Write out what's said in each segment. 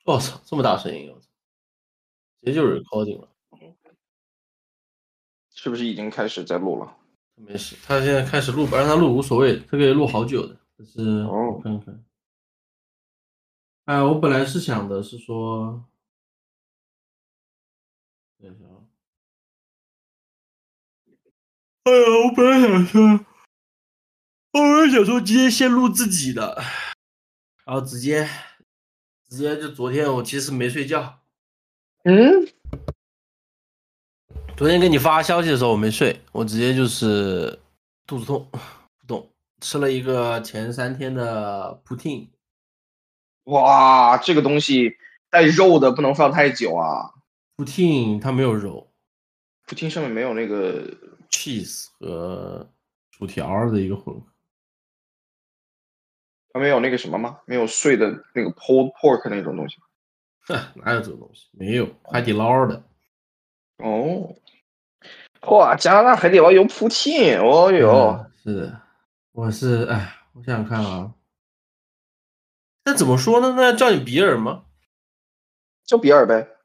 我操，这么大声音，我操，直接就是 recording 了。 是不是已经开始在录了？ 没事，他现在开始录吧，让他录无所谓，他可以录好久的。但是我看看，哎，我本来是想的是说，等一下啊，哎呀，我本来想说，我本来想说今天先录自己的，然后直接就昨天我其实没睡觉，昨天给你发消息的时候我没睡，我直接就是肚子痛，不动，吃了一个前3天的 poutine。 哇，这个东西带肉的不能放太久啊。 poutine 它没有肉 pudding 上面没有那个， ，cheese 和薯条的一个混合。 它没有那个什么吗？没有碎的那个 pulled pork 那种东西。 哪有这种东西？没有，海底捞的。 哦，哇，加拿大海底捞有 poutine，哦哟， 是的，是的，我想想看啊，那怎么说呢？那叫你比尔吗就比尔呗。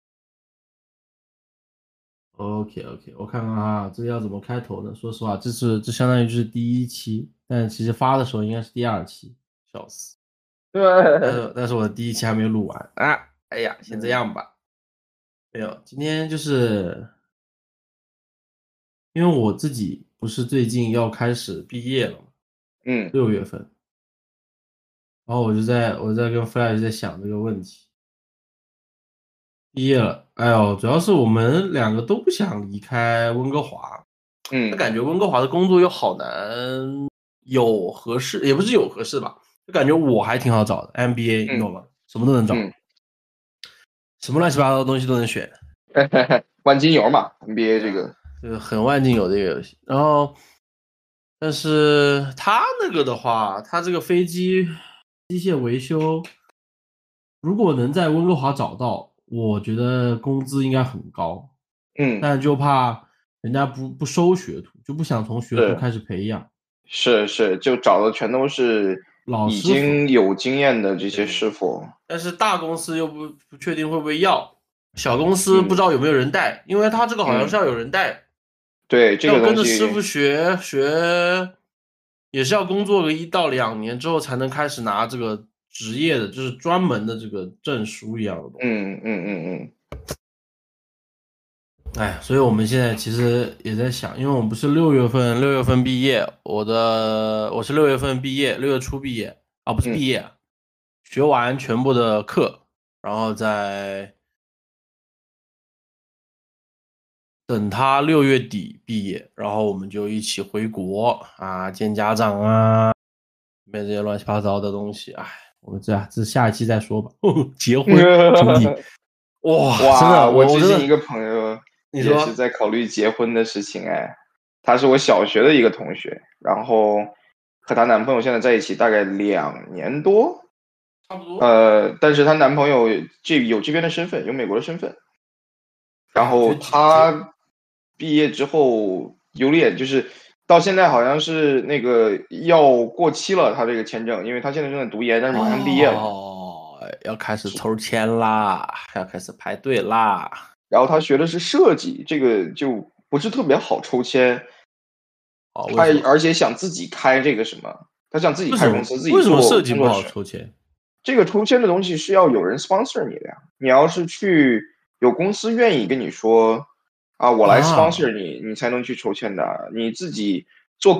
？OK OK，我看看啊，这个要怎么开头呢？说实话，这相当于就是第一期，但其实发的时候应该是第2期，笑死。但对， 是但是我的第1期还没有录完啊！哎呀，先这嗯样吧。没有，今天就是因为我自己不是最近要开始毕业了嘛嗯 ，6月份，然后我在跟 Flash 在想这个问题。毕业了，哎呦，主要是我们2个都不想离开温哥华，那嗯感觉温哥华的工作又好难有合适，也不是有合适吧，就感觉我还挺好找的，MBA 你嗯懂吗？什么都能找， 嗯， 什么乱七八糟的东西都能选， 万金油嘛，NBA 对啊， 这个。 这个很万金油这个游戏。然后，但是他那个的话，他这个飞机机械维修，如果能在温哥华找到，我觉得工资应该很高。 嗯， 但就怕人家不收学徒，就不想从学徒是开始培养是是，就找的全都是老已师傅。 经有经验的这些对， 师傅。 但是大公司又不确定会不会要，小公司不知嗯道有没有人带，因为他这个好像是嗯， 要有人带， 对，这要个跟着师傅东西。 学，也是要工作个1到2年之后才能开始拿这个职业的，就是专门的这个证书一样的东西。 嗯， 哎，所以我们现在其实也在想，因为我们不是六月份毕业，我是6月份毕业，6月初毕业啊，不是嗯， 毕业，学完全部的课，然后再等他6月底毕业，然后我们就一起回国啊，见家长啊，没这些乱七八糟的东西，哎，我们这下一期再说吧。结婚，兄弟，哇，真的， 哇，我我真的， 最近一个朋友也是你说在考虑结婚的事情，哎，她是我小学的一个同学，然后和她男朋友现在在一起大概2年多。 差不多？ 但是她男朋友有这边的身份，有美国的身份。然哎，我觉后得她毕业之后有点就是到现在好像是那个要过期了，她这个签证，因为她现在正在读研，但是马上毕业了。 哦，要开始抽签啦，要开始排队啦。 然后她学的是设计，这个就不是特别好抽签。 哦，为她什么？ 而且想自己开这个什么，她想自己为什么？ 开公司，自己为什么设做计不好工作室。 抽签？ 这个抽签的东西是要有人 sponsor 你的呀。你要是去有公司愿意跟你说啊，我来 sponsor 啊你，你才能去抽签的。你自己做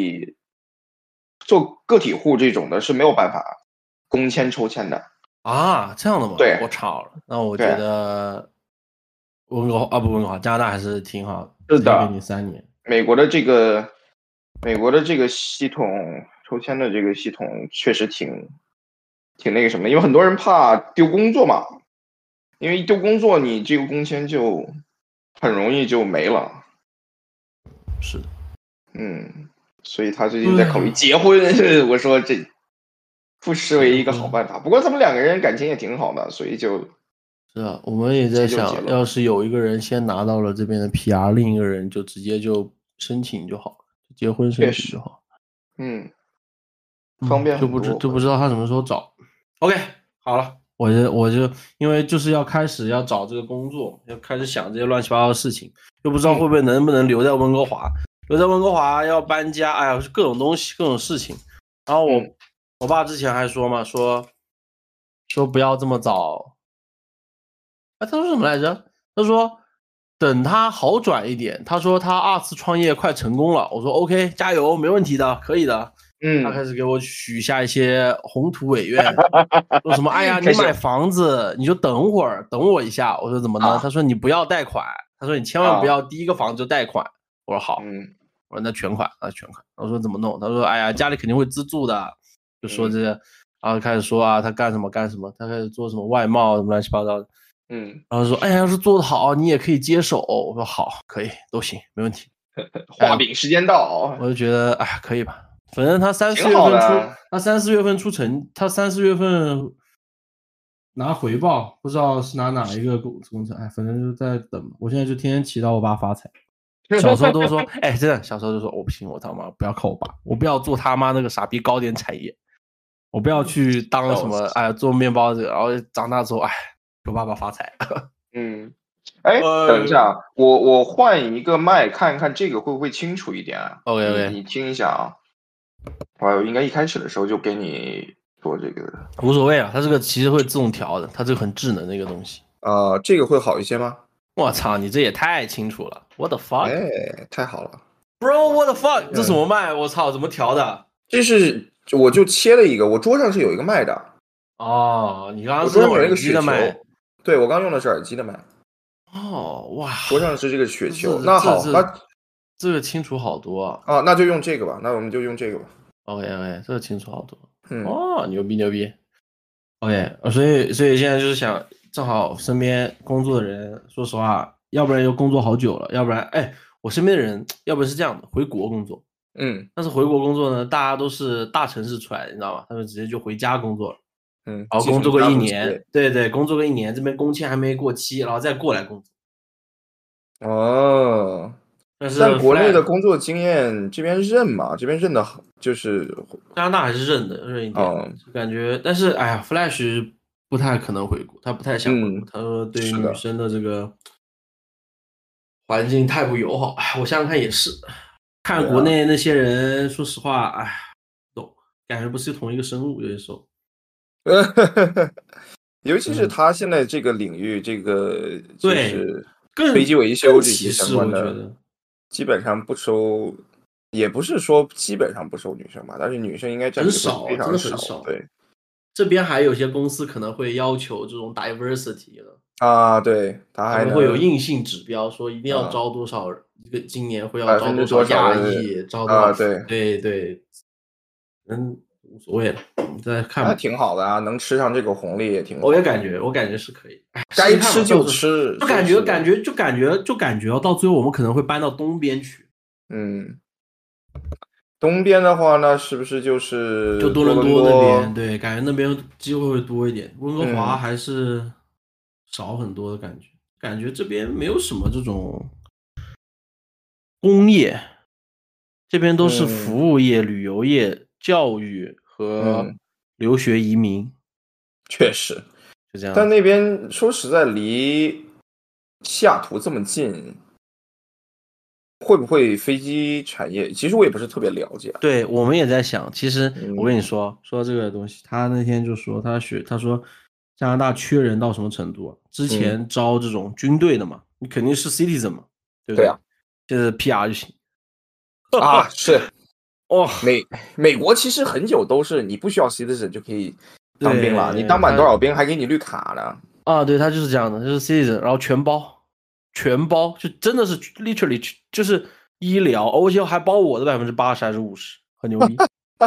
个体户这种的是没有办法公签抽签的。 这样的吗？ 对我操！那我觉对， 得温哥华啊，不温哥华，加拿大还是挺好的，直接给是的。 你3年。 美国的这个美国的这个系统抽签的这个系统确实挺那个什么的，因为很多人怕丢工作嘛。因为一丢工作，你这个工签就很容易就没了。 是的， 嗯，所以他最近在考虑哎呀， 结婚。我说这不失为一个好结婚办法。不过他们2个人感情也挺好的，所以是啊，我们也在想， 结就结了。 要是有一个人先拿到了这边的 PR，另一个人就直接就申请就好了，结婚申确实， 请就好。 嗯，方便就很多。 不知道他什么时候找。OK，好了， 我就因为就是要开始要找这个工作，要开始想这些乱七八糟的事情，又不知道会不会能不能留在温哥华，留在温哥华要搬家，哎呀，各种东西，各种事情。然后我爸之前还说嘛，说不要这么早。他说什么来着？他说等他好转一点。他说他2次创业快成功了。我说 OK， 加油，没问题的，可以的。他开始给我许下一些宏图伟愿，说什么哎呀，你买房子你就等会儿，等我一下。我说怎么呢？他说你不要贷款，他说你千万不要第一个房子就贷款。我说好，我说那全款，全款。我说怎么弄？他说哎呀，家里肯定会资助的，就说这些，然后开始说啊，他干什么干什么，他开始做什么外贸什么乱七八糟的。然后说哎呀，要是做得好，你也可以接手。我说好，可以，都行，没问题。 画饼时间到， 我就觉得哎，可以吧。反正他3、4月份出，他3、4月份出成，他3、4月份拿回报，不知道是拿哪一个工程，哎，反正就在等。我现在就天天祈祷我爸发财。小时候都说，哎，真的，小时候就说我不行，我他妈不要靠我爸，我不要做他妈那个傻逼糕点产业，我不要去当什么，哎，做面包这个。然后长大之后，哎，我爸爸发财。 哎，等一下，我换一个麦看看这个会不会清楚一点啊 ？OK， 你听一下啊。我应该一开始的时候就给你做这个， 无所谓啊，它这个其实会自动调的，它这个很智能的一个东西。 这个会好一些吗？ 我操，你这也太清楚了 ！What the fuck？ 哎，太好了 ，Bro，What the fuck？这什么麦？我操，怎么调的？ 这是我就切了一个，我桌上是有一个麦的。 哦，你刚刚是用耳机的麦？ 对，我刚用的是耳机的麦。 哦，哇， 桌上是这个雪球。那好，那这个清楚好多啊。那就用这个吧，那我们就用这个吧。 OK， 这个清楚好多。哦，牛逼牛逼。OK， 所以现在就是想，正好身边工作的人，说实话，要不然又工作好久了，要不然，哎，我身边的人，要不然是这样的，回国工作。但是回国工作呢，大家都是大城市出来的，你知道吗？他们直接就回家工作了。然后工作个1年，对，工作个1年，这边工签还没过期，然后再过来工作。 哦，但国内的工作经验这边认嘛？这边认的好，就是加拿大还是认一点，感觉。但是哎呀 ，Flash 不太可能回国，他不太想回国。他说对于女生的这个环境太不友好。哎，我想想看也是，看国内那些人，说实话，哎，懂，感觉不是同一个生物，有些时候。 尤其是他现在这个领域，这个就是更飞机维修这些相关的，基本上不收，也不是说基本上不收女生吧，但是女生应该占比非常少。对， 这边还有些公司可能会要求这种 diversity 的对， 他们会有硬性指标，说一定要招多少人，今年会要招多少亚裔，招多少？ 对， 无所谓了，再看。 那挺好的啊，能吃上这个红利也挺好。 我感觉是可以， 该吃就吃， 就感觉到最后我们可能会搬到东边去。 东边的话呢，是不是就是多伦多那边？对，感觉那边机会会多一点。温哥华还是少很多的感觉这边没有什么这种工业，这边都是服务业、旅游业、教育和留学移民。 确实是这样。 但那边说实在，离西雅图这么近，会不会飞机产业？其实我也不是特别了解。 对，我们也在想。其实我跟你说这个东西，他那天就说他说加拿大缺人到什么程度？之前招这种军队的嘛，你肯定是 citizen 嘛，对不对？就是 PR 就行。 是美国其实很久都是你不需要 citizen 就可以当兵了，你当满多少兵还给你绿卡呢？ 对，他就是这样的，就是 citizen， 然后全包，就真的是 literally 就是医疗，而且还包我的80%还是50%，很牛逼。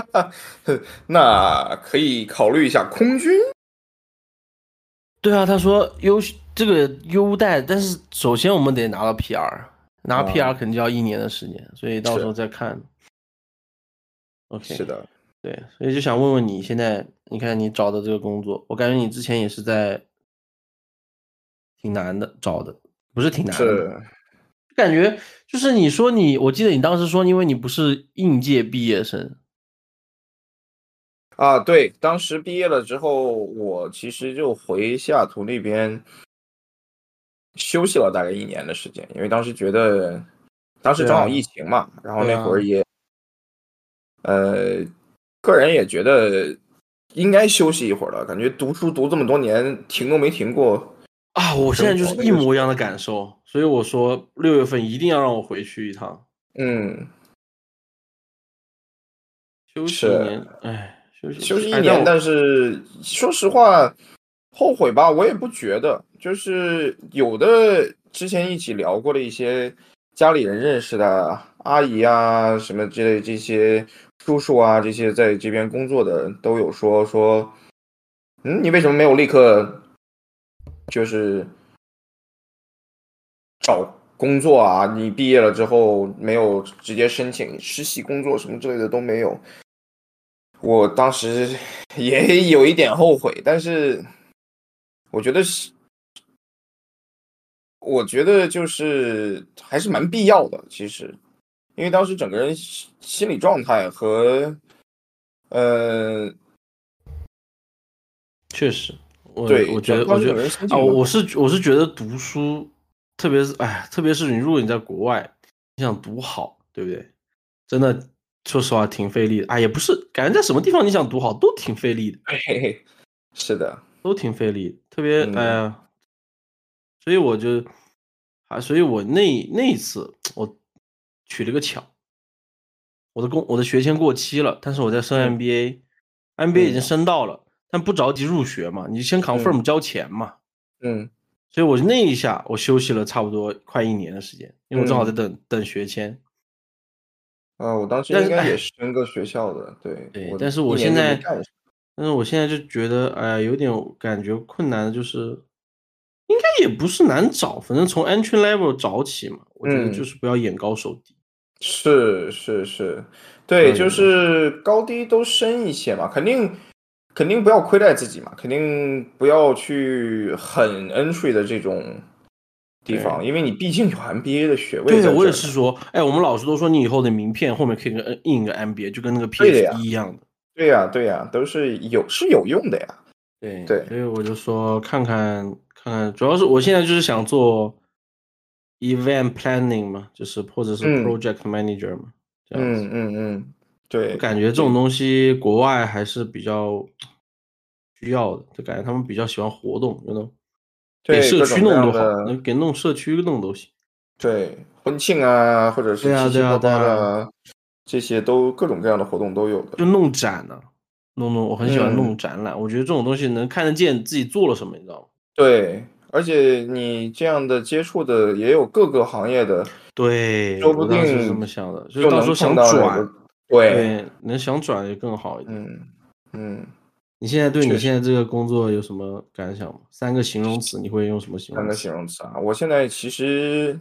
那可以考虑一下空军。 对啊，他说这个优待，但是首先我们得拿到 PR， 拿 PR 肯定就要1年的时间，所以到时候再看。OK， 是的， 对，所以就想问问你现在，你看你找的这个工作，我感觉你之前也是挺难的找的，不是挺难的，感觉就是我记得你当时说，因为你不是应届毕业生。 啊，对，当时毕业了之后，我其实就回西雅图那边休息了大概1年的时间，因为当时觉得，当时正好疫对啊， 情嘛，然后对啊， 那会儿也，呃，个人也觉得应该休息一会儿了，感觉读书读这么多年，停都没停过， 啊，我现在就是正好那个时候， 一模一样的感受，所以我说6月份一定要让我回去一趟， 嗯， 休息一是。 年，哎，休息休息一哎，但年，但我是说实话，后悔吧，我也不觉得。就是有的之前一起聊过的一些家里人认识的阿姨啊，什么之类这些叔叔啊，这些在这边工作的都有说，你为什么没有立刻就是工作啊？你毕业了之后没有直接申请实习工作什么之类的都没有。我当时也有一点后悔，但是我觉得是，我觉得就是还是蛮必要的，其实，因为当时整个人心理状态和，呃， 确实，我对， 觉得，我觉得当时整个人心啊， 境都好。 我是觉得读书，特别是哎，特别是如果你在国外，你想读好，对不对？真的，说实话挺费力的啊，也不是，感觉在什么地方你想读好都挺费力的， 嘿嘿，是的， 都挺费力的特别哎嗯呀，所以我就啊，所以我那一次我取了个巧，我的学签过期了，但是我在升嗯 MBA，MBA 已经嗯升到了，但不着急入学嘛，你先嗯 confirm 交钱嘛。 嗯所以我那一下我休息了差不多快1年的时间，因为我正好在嗯， 等学签。 我当时应该也但是哎， 是升个学校的，对， 对， 我但是一年就没干什但是我现在就觉得，哎，有点感觉困难的就是，应该也不是难找，反正从 entry level 找起嘛，我么。 觉得就嗯。 是不要眼高手低， 是是是， 不对，就要眼高手低。 是高低都深一些嘛，肯定不要亏待自己嘛，肯定不要去很 entry 的这种地方， 对， 因为你毕竟有 MBA 的学位对，我在这儿呢。 也是说，哎，我们老师都说你以后的名片后面可以印个 MBA，就跟那个对的呀， PhD 一样的。 对呀，对呀，都是有用的呀。 对， 对， 所以我就说看看，主要是我现在就是想做 event planning 嘛，就是或者是嗯 project manager 嘛，这样子。 嗯嗯嗯，对， 我感觉这这种东西国外还是比较需要的，就感觉他们比较喜欢活动，给对社区各种各弄都好， 样的， 能给弄社区弄都行。 对婚庆啊，或者是对啊，对啊， 七七八对啊， 八的这些都各种各样的活动都有的。 就弄展呢、我很喜欢嗯。 弄展览，我觉得这种东西能看得见自己做了什么，你知道吗？ 对，而且你这样的接触的也有各个行业的， 对， 说不我当时是这定么想的，就是就能碰到时候想到那个。 转， 对， 对，能想转也更好一点。 嗯嗯， 你现在对你确实， 现在这个工作有什么感想吗3个形容词，你会用什么形三个容词？ 形容词啊。我现在其实，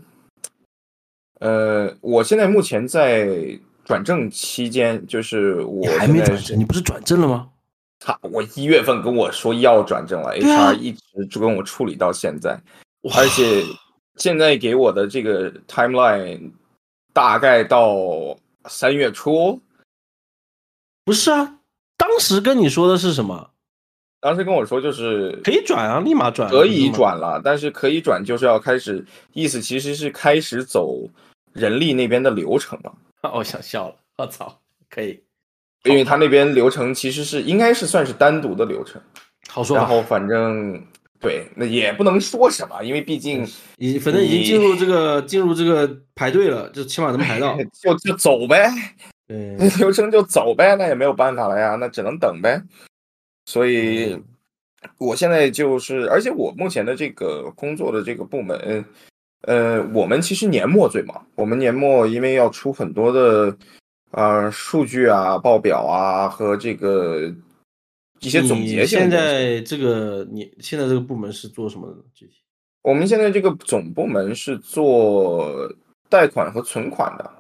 我现在目前在转正期间，就是你我还没转正， 现在是你不是转正了吗？ 我1月份跟我说要转正了，HR 对啊， 一直就跟我处理到现在， 哇， 而且现在给我的这个 timeline 大概到3月初。 不是啊，当时跟你说的是什么？ 当时跟我说就是可以转啊，立马转了， 可以不是吗？ 转了，但是可以转就是要开始，意思其实是开始走人力那边的流程了， 我想笑了，我操，可以， 因为他好好那边流程其实应该是算是单独的流程， 好说吧。 然后反正对，那也不能说什么，因为毕竟反正已经你进入这个排队了，就起码能排到。 就走呗， 对， 流程就走呗，那也没有办法了呀，那只能等呗。所以嗯， 我现在就是，而且我目前的这个工作的这个部门，我们其实年末最忙。我们年末因为要出很多的数据啊、报表啊和这个一些总结性的东西。 你现在这个部门是做什么的呢？具体我们现在这个总部门是做贷款和存款的，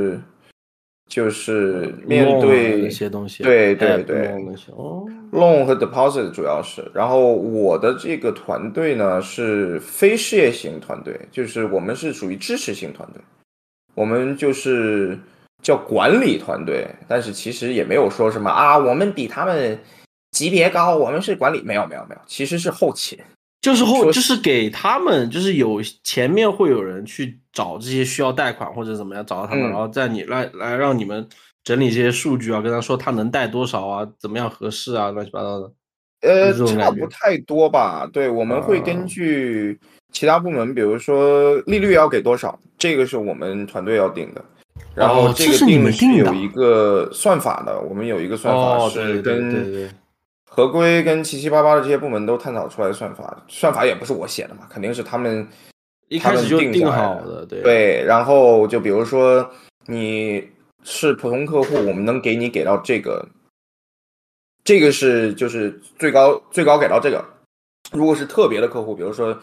就是面 ，loan 啊那对， 些东西对对 ，app 对， loan 那些，哦， loan 和 deposit 主要是，然后我的这个团队呢是非事业型团队，就是我们是属于支持型团队，我们就是叫管理团队，但是其实也没有说什么啊，我们比他们级别高，我们是管理，没有，其实是后勤。 就是给他们，就是有前面会有人去找这些需要贷款或者怎么样找到他们，然后在你来让你们整理这些数据啊，跟他说他能贷多少啊，怎么样合适啊，乱七八糟的，是这种差感觉。 不太多吧。对，我们会根据其他部门，比如说利率要给多少，这个是我们团队要定的。然后这个这是你们定的。 是有一个算法的，我们有一个算法是跟合规跟七七八八的这些部门都探讨出来的算法，算法也不是我写的嘛，肯定是他们一开始就定好的。 对对，然后就比如说你是普通客户，我们能给你给到这个是就是最高给到这个。如果是特别的客户，比如说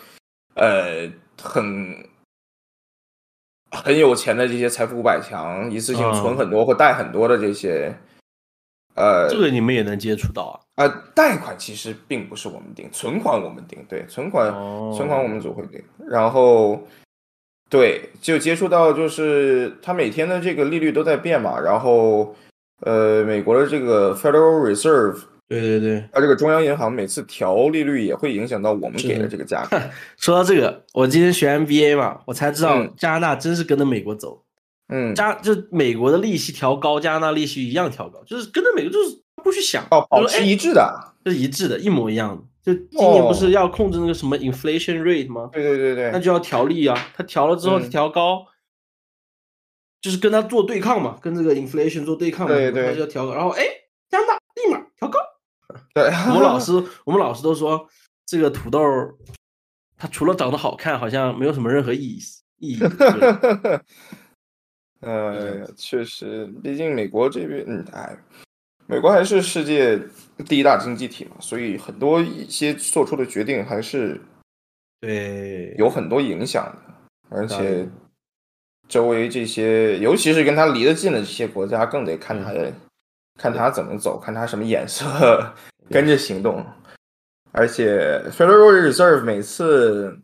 很有钱的这些财富500强，一次性存很多或贷很多的这些， 这个你们也能接触到啊？ 贷款其实并不是我们定，存款我们定，对，存款我们组会定，然后对，就接触到就是它每天的这个利率都在变嘛，然后美国的这个 Federal Reserve。 对， 它这个中央银行每次调利率也会影响到我们给的这个价格。 说到这个，我今天学 MBA 嘛，我才知道加拿大真是跟着美国走。就美国的利息调高，加拿大利息一样调高，就是跟着美国，就是不去想， 保持一致的， 就是一致的，一模一样的。就今年不是要控制那个什么 inflation rate 吗？ 对， 那就要调利啊，他调了之后调高。就是跟他做对抗嘛，跟这个 inflation 做对抗嘛，他就要调高，然后加拿大立马调高。 对， 我们老师都说这个土豆它除了长得好看，好像没有什么任何意义。 确实，毕竟美国这边，美国还是世界第一大经济体嘛，所以很多一些做出的决定还是对有很多影响的，而且周围这些，尤其是跟他离得近的这些国家，更得看他怎么走，看他什么眼色，跟着行动。而且 Federal Reserve 每次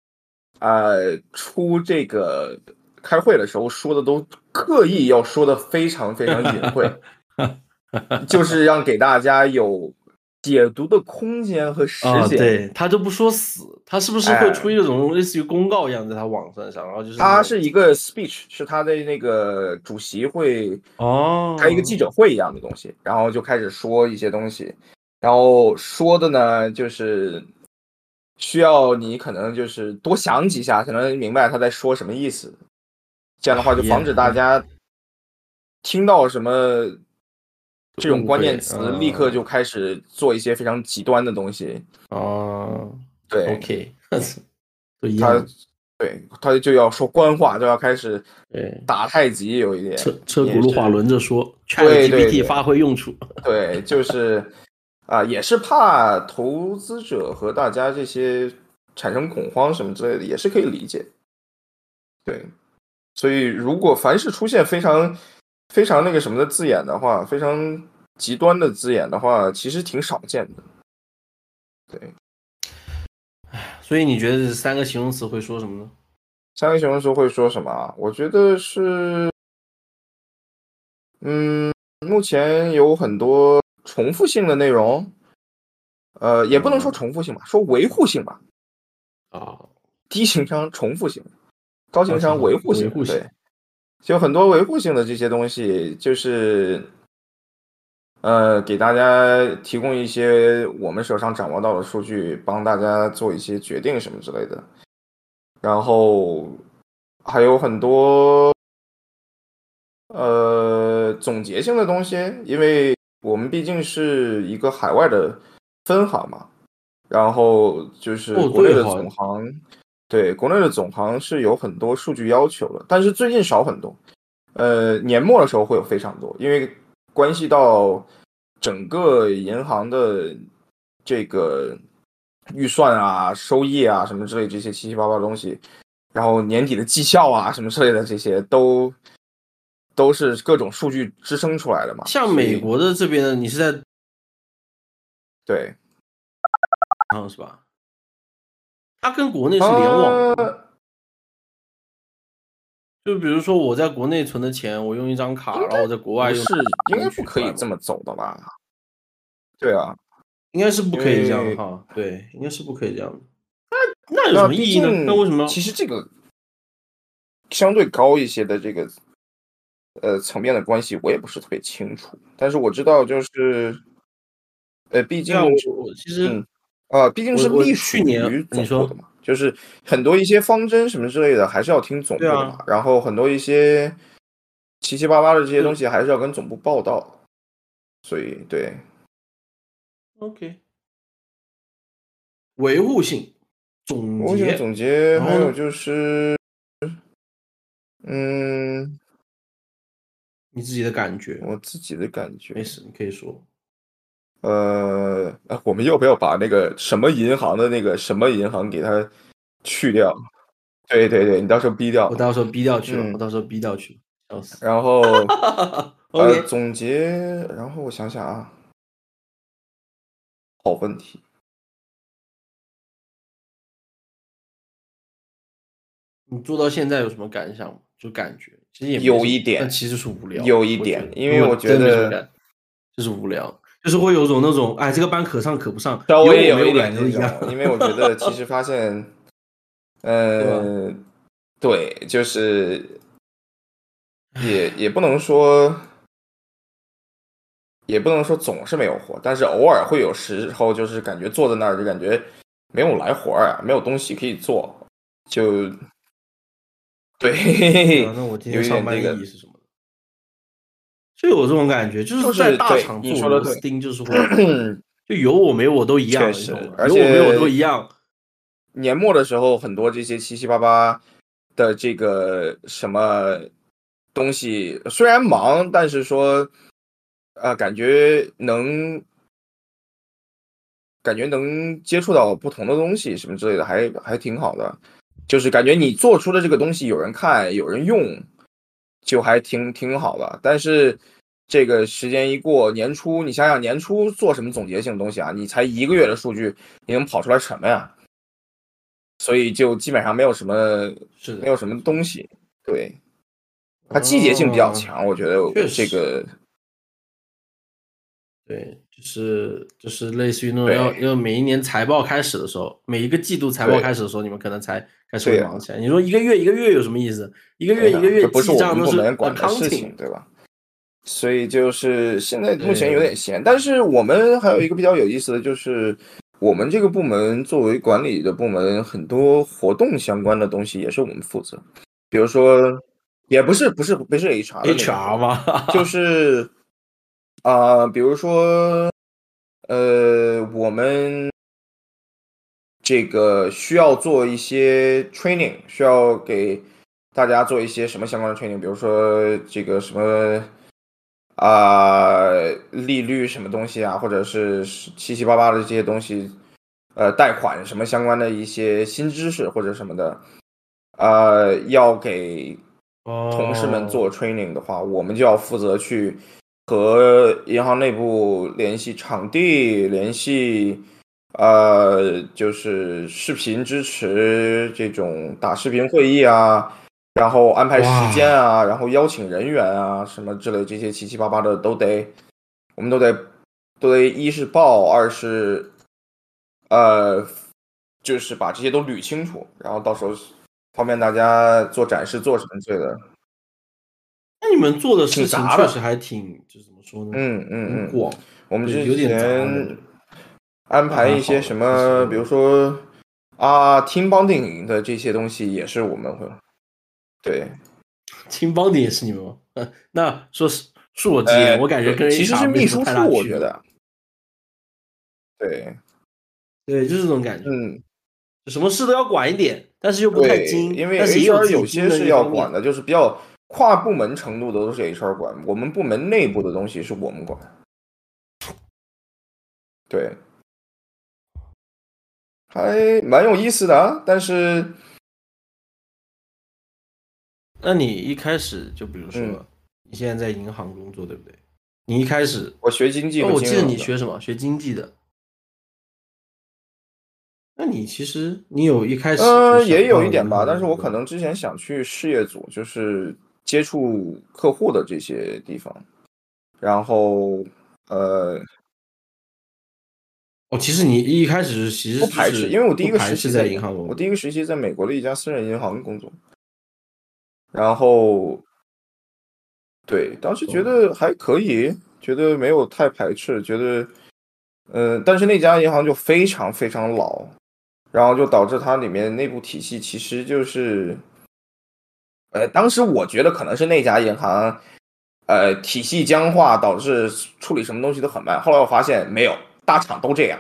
出这个开会的时候说的都刻意要说的非常非常隐晦，就是让给大家有解读的空间和时间。 对，他就不说死，他是不是会出一种类似于公告一样在他网站上，然后就是他是一个 speech， 是他的那个主席会开一个记者会一样的东西，然后就开始说一些东西，然后说的呢就是需要你可能就是多想几下才能明白他在说什么意思，这样的话就防止大家听到什么这种关键词立刻就开始做一些非常极端的东西。对 ，OK， 都一样。 他就要说官话，就要开始打太极，有一点车轱辘话轮着说 ，ChatGPT 发挥用处。 对，就是也是怕投资者和大家这些产生恐慌什么之类的，也是可以理解。对，所以如果凡是出现非常非常那个什么的字眼的话，非常极端的字眼的话，其实挺少见的。对， 所以你觉得这3个形容词会说什么呢 ？3个形容词会说什么啊？我觉得是，目前有很多重复性的内容，也不能说重复性吧，说维护性吧。低情商重复性，高情商维护性，对，就很多维护性的这些东西，就是给大家提供一些我们手上掌握到的数据，帮大家做一些决定什么之类的。然后还有很多总结性的东西，因为我们毕竟是一个海外的分行嘛，然后就是国内的总行。对，国内的总行是有很多数据要求的，但是最近少很多。年末的时候会有非常多，因为关系到整个银行的这个预算啊、收益啊什么之类这些七七八八的东西，然后年底的绩效啊什么之类的这些都是各种数据支撑出来的嘛。 像美国的这边呢，你是在对， 是吧？它跟国内是联网的， 就比如说我在国内存的钱，我用一张卡，然后我在国外用， 应该不可以这么走的吧？对啊， 应该是不因可以这样为哈，对，应该是不可以这样的。那有什那毕么意义呢？那为什么？ 其实这个相对高一些的这个层面的关系，我也不是特别清楚，但是我知道就是毕对啊， 竟我其实嗯毕竟是我隶去年属于你说总部的嘛，就是很多一些方针什么之类的，还是要听总部的嘛。 对啊， 然后很多一些七七八八的这些东就西，还是要跟总部报道。所以对， OK 维护性总我想结， 总结， 然后呢， 还有就是嗯， 你自己的感觉， 我自己的感觉。 没事，你可以说。 我们要不要把那个什么银行的那个什么银行给它去掉？对对对，你到时候逼掉。 我到时候逼掉去了，我嗯， 到时候逼掉去了，笑死。 然后 OK， 总结，然后我想想啊，好问题。 你做到现在有什么感想吗？就感觉其实也没有什么， 一点， 但其实是无聊， 有一点， 我觉得， 因为我如果真的没什么觉得感，就是无聊，就是会有种那种，哎，这个班可上可不上， 稍有我没有微有一点卵都一样， 这种，因为我觉得其实发现， 对吧？ 呃，对，就是也不能说，也不能说总是没有活，但是偶尔会有时候就是感觉坐在那儿就感觉没有来活儿啊，没有东西可以做，就对， 对啊，那我今有天上班的意一点这个， 义是什么呢？就有这种感觉，就就是在是对大厂你说的对， 做螺丝钉，就是会就有我没我都一样，你懂确实， 吗？ 而有我没我都且一样， 年末的时候，很多这些七七八八的这个什么东西，虽然忙，但是说，感觉能接触到不同的东西什么之类的，还挺好的。就是感觉你做出的这个东西有人看，有人用，就还挺好的。但是这个时间一过，年初你想想年初做什么总结性的东西啊？你才一个月的数据，你能跑出来什么呀？所以就基本上是的， 没有什么是的， 东西。对，它季节性比较嗯， 强，我觉得确实。 这个对，就是类似于那种对要每一年财报开始的时候，每一个季度财报开对始的时候，你们可能才开始会对呀， 忙起来。你说一个月一个月有什么意思？一个对呀， 月一个月这不是我们部记账都是门管的事情， accounting。 对吧？所以就是现在目前有点对， 闲，但是我们还有一个比较有意思的就是，我们这个部门作为管理的部门，很多活动相关的东西也是我们负责。比如说，也不是 HR 的那种活 HR 动，就嘛， 是比如说我们这个需要做一些 training，需要给大家做一些什么相关的 training，比如说这个什么啊、利率什么东西啊，或者是七七八八的这些东西，贷款什么相关的一些新知识或者什么的，要给同事们做哦， training 的话，我们就要负责去和银行内部联系场地，联系就是视频支持这种打视频会议啊，然后安排时间哇， 啊，然后邀请人员啊，什么之类这些七七八八的我们都得一是报，二是呃，就是把这些都捋清楚，然后到时候方便大家做展示做什么之类的， 那你们做的挺事情杂的。 确实还挺，就怎么说呢， 嗯嗯嗯， 很广，对， 我们之有点杂，我感前觉。 安那排一些什还好了，其么，比如实说team bonding 的这些东西，也是我们会对， 青帮的也是你们吗？那说恕我直言，我感觉对， 跟其实是 HR 没秘书处， 什么太大区别。 我觉得，对， 对，就是这种感觉， 嗯， 什么事都要管一点，但是又不太对， 精， 因为但是也有 HR 自己有些是精的那方面。 要管的，就是比较跨部门程度的都是 HR 管，我们部门内部的东西是我们管，对，还蛮有意思的啊，但是， 那你一开始就比如嗯， 说，你现在在银行工作，对不对？你一开始， 我学经济和我记得你金融的， 学什么？学经济的。 那你其实你有一开始就也想到有一点吧， 银行的但是我可这个。 能之前想去事业组，就是接触客户的这些地方，然后呃哦，其实你一开始其实就不排斥，因是为我第一个不排斥在实习在银行工作。 我第一个实习在美国的一家私人银行工作，然后对，当时觉懂。 得还可以，觉得没有太排斥，觉得但是那家银行就非常非常老，然后就导致它里面内部体系其实就是，当时我觉得可能是那家银行，体系僵化导致处理什么东西都很慢。后来我发现没有，大厂都这样。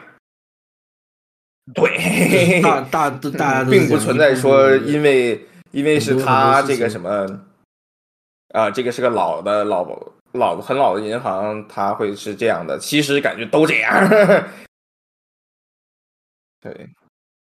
就是对， 大家都是并不这样， 存在说因为是很多他这个什事情。 么这个是个很老的银行，他会是这样的。其实感觉都这样。对。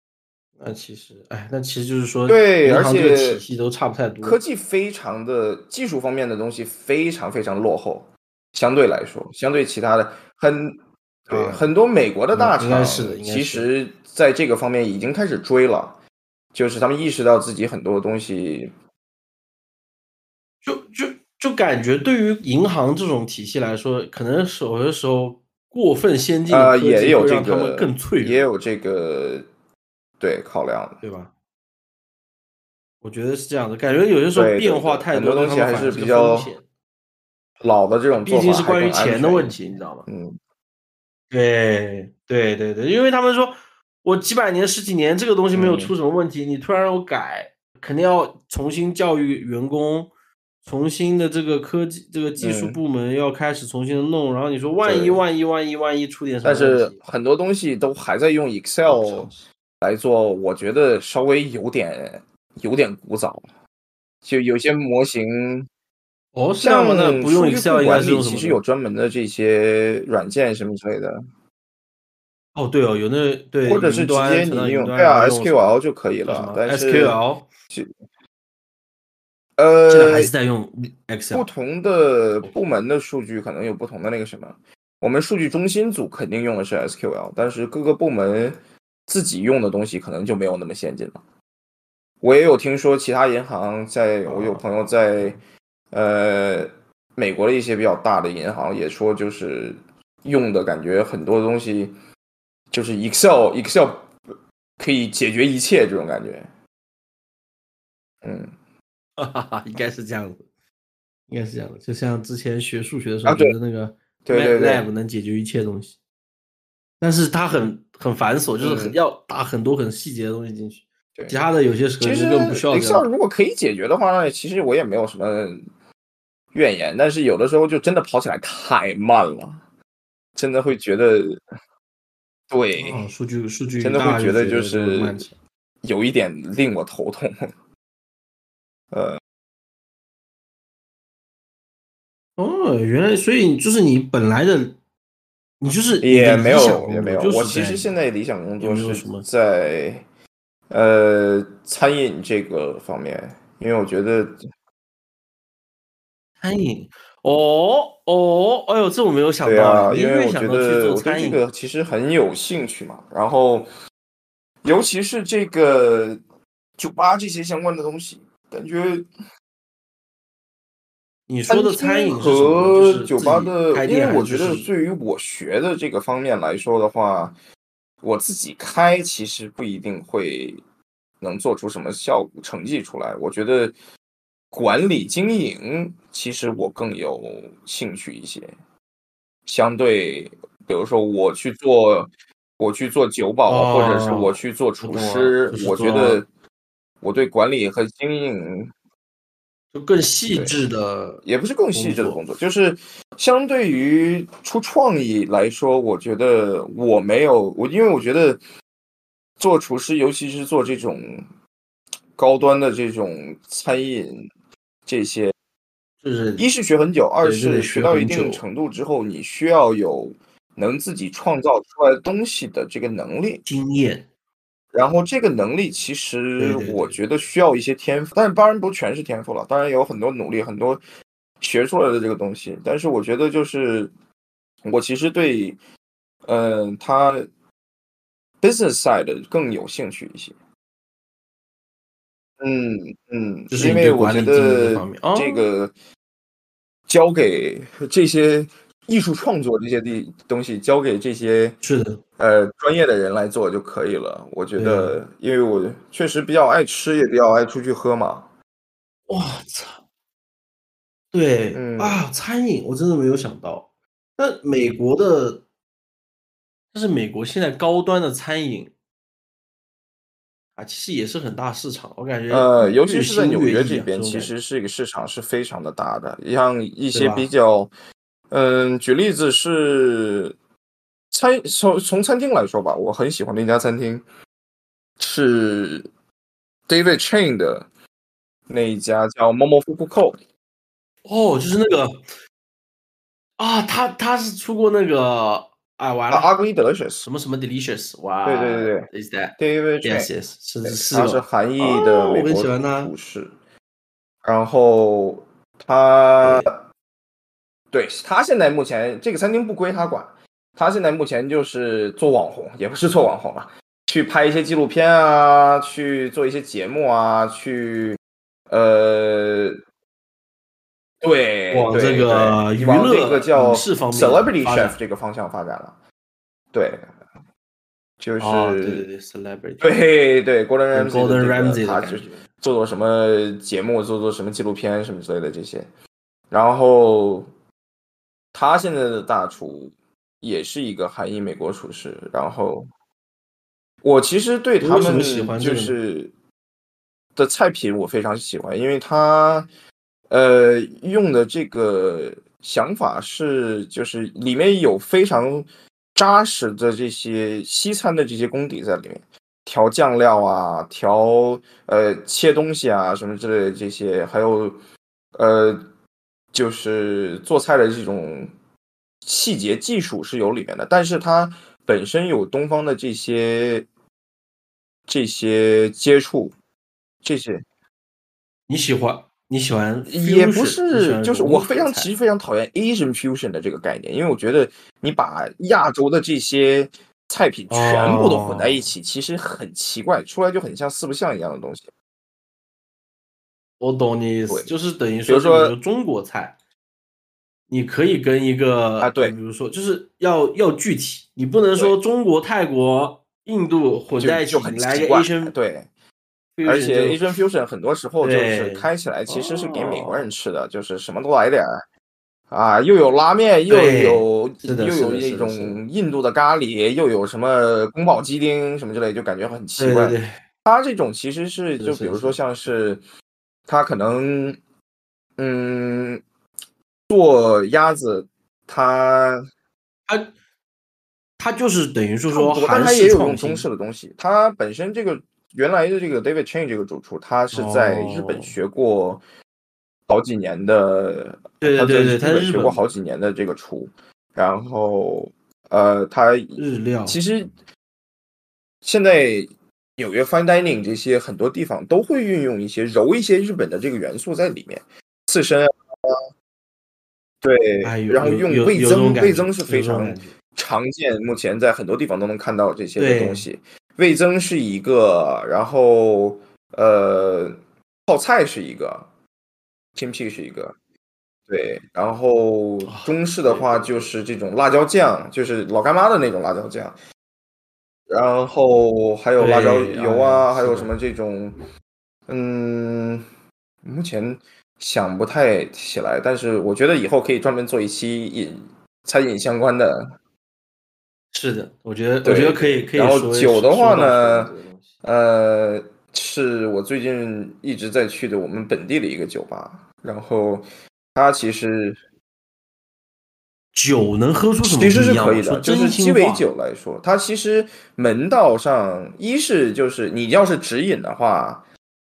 那其实就是说， 对，而银行这个体且系都差不太多。 科技非常的技术方面的东西非常非常落后，相对来说，相对其他的对， 啊， 很多美国的大应该是的， 厂应该是的。 其实在这个方面已经开始追了，就是他们意识到自己很多东西， 就就就感觉对于银行这种体系来说，可能有的时候过分先进的科技会让他们更脆弱， 也有这个对考量的， 对吧？我觉得是这样的，感觉有些时候对对对， 变化太多， 很多对他东西还是们反而是个比较风险。 老的这种毕做法还更竟是关于安全一些， 钱的问题，你知道吗？ 嗯对，对对对，因为他们说我几百年、十几年这个东西没有嗯出什么问题，你突然让我改，肯定要重新教育员工，重新的这个技术嗯， 部门要开始重新的弄，然后你说对。 万一出点什但么问题， 是很多东西都还在用得不 Excel 偿失。 来做，我觉得稍微有点古早。就有些模型， 哦，是这样吗？那不用像数据库 Excel 应该管理， 是用什么呢？ 其实有专门的这些软件什么之类的， 哦，对哦，有那对或者是直云端接你传到云端， 用对啊然后用什么 SQL 就可以了。 叫什么但是 SQL， 就现在还呃， 是在用不 Excel。 同的 OK。 部门的数据可能有不同的那个什么。我们数据中心组肯定用的是 SQL，但是各个部门自己用的东西可能就没有那么先进了。我也有听说其他银行我有朋友在呃美国的一些比较大的银行也说，就是用的感觉很多东西就是 Excel 可以解决一切这种感觉。嗯哈哈哈，应该是这样子。应该是这样的，就像之前学数学的时候， 啊，对觉得那个对对对， MATLAB 能解决一切东西，但是它很繁琐，就是嗯要打很多很细节的东西进去， 对。 其他的有些可其实能根本不需要这样 Excel 打。 如果可以解决的话，那其实我也没有什么怨言，但是有的时候就真的跑起来太慢了，真的会觉得对。 哦，数据真的会大就觉得就觉得就是慢起来。 有一点令我头痛。呃， 哦，原来所以就是你本来的，你就是你的也没理想有也没有， 工作就我是在， 其实现在理想工也作是没有什么在餐饮这个方面，因为我觉得餐饮。哦哦，哎呦，这我没有想到哎， 对啊， 你因为我会想到去觉得做餐饮。 我对这个其实很有兴趣嘛，然后尤其是这个酒吧这些相关的东西，感觉你说的餐餐厅饮是什么呢？就和酒是自吧的， 己开店，还因为我是就是觉得对于我学的这个方面来说的话，我自己开其实不一定会能做出什么成绩出来。我觉得管理经营，其实我更有兴趣一些。相对，比如说我去做酒保，或者是我哦， 去做我懂了， 厨师， 就是我觉得做我对管理和经营就更细对。 致的也不是更细工作。 致的工作，就是相对于出创意来说，我觉得我没有因为我觉得做厨师，尤其是做这种高端的这种餐饮， 就是一是学很久，二对，这得是学学到一定很久。 程度之后，你需要有能自己创造出来东西的这个能力。 经验。 然后这个能力其实对对对。 我觉得需要一些天赋，但是当然不全是天赋了，当然有很多努力，很多学出来的这个东西。但是我觉得就是我其实对，他 business side 更有兴趣一些。 就是因你对管为我觉理经营这得方面哦， 这个交给这些艺术创作这些东西，交给这些是的， 专业的人来做就可以了。我觉对， 得，因为我确实比较爱吃，也比较爱出去喝嘛。 哇操，对啊， 嗯， 餐饮我真的没有想到，那美国的，但是美国现在高端的餐饮啊，其实也是很大市场，我感觉尤其越是在纽新越异啊，这约这边， 种感觉， 其实这个市场是非常的大的。像一些比对吧？ 较，举例子是从餐厅来说吧，我很喜欢的一家餐厅是 David Chain 的那一家叫 Momofuku。 哦，就是那个啊，他是出过那个，啊，完了， Ugly Delicious。 什么什么 delicious， 对对哇对对 ，is that？ ，David Yes Chain。 yes，是对， 是个， 他是韩裔的哦， 美国我很喜欢他， 厨师。然后他对， 对，他现在目前这个餐厅不归他管，他现在目前就是做网红，也不是做网红吧，去拍一些纪录片啊，去做一些节目啊，呃，对往这对对， 个娱往这个乐影叫视方面 celebrity 发 chef 展。 这个方向发展了。对，就哦，对对是对，celebrity， 对对，Gordon 跟 Ramsay 的 Gordon 这个， Ramsay 的他就感觉。 做什么节目，做什么纪录片什么之类的这些。然后他现在的大厨也是一个韩裔美国厨师。然后我其实对他你为什么喜们就欢这个呢？ 是的菜品我非常喜欢，因为他用的这个想法是就是里面有非常扎实的这些西餐的这些功底在里面，调酱料啊，切东西啊什么之类的这些，还有呃就是做菜的这种细节技术是有里面的，但是它本身有东方的这些接触，这些你喜欢也不 fusion，你喜是， 欢就是我融合菜。 其实非常讨厌 Asian fusion 的这个概念，因为我觉得你把亚洲的这些菜品全部都混在一哦， 起，其实很奇怪，出来就很像四不像一样的东西。 我懂你意思， 对， 就是等于说，就比如比如说说中国菜，你可以跟一啊， 个比对， 如说就是要具体，你不能说对， 中国、泰国、印度混在一起， 就很你来个奇怪， Asian 对。而 fusion 且就 Asian fusion 很多时候就是对， 开起来其实是给美国人哦， 吃的，就是什么都来点儿啊，又有拉面，又对， 有是的，是的， 又有那是的，是的， 种印度的咖喱，又有什么宫保鸡丁什么之类，就感觉很奇怪。 对对对， 它这种其实是是的， 就是的，是的， 比如说像是它可能嗯做鸭子，它它它就是等于是说差不多，但韩式它也有用中创新。 式的东西。它本身这个原来的这个 David Chang 这个主厨，他是在日本哦， 学过好几年的，他在对对对对，它是日本学过日本的， 好几年的这个厨。然后他日料， 其实现在纽约 fine dining 这些很多地方都会运用揉一些日本的这个元素在里面，刺身啊，对， 哎，有然后有有有这种感觉， 味增是有非常这种感觉。 常见，目前在很多地方都能看到这些的东对， 西。味增是一个，然后泡菜是一个，kimchi 是一个，对，然后啊， 中式的对话对对， 就是这种辣椒酱，就是老干妈的那种辣椒酱，然后还有辣椒对，哎呀， 油啊，还是的， 有什么这种，嗯，目前想不太起来，但是我觉得以后可以专门做一期餐饮相关的。 是的，我觉得对对，然可以后酒的话说到呢， 这个东西。 呃，是我最近一直在去的我们本地的一个酒吧，然后它酒能喝出什么其实不一样吗？ 是可以的，就说真是鸡尾心话， 酒来说，它其实门道上，一是就是你要是直饮的话，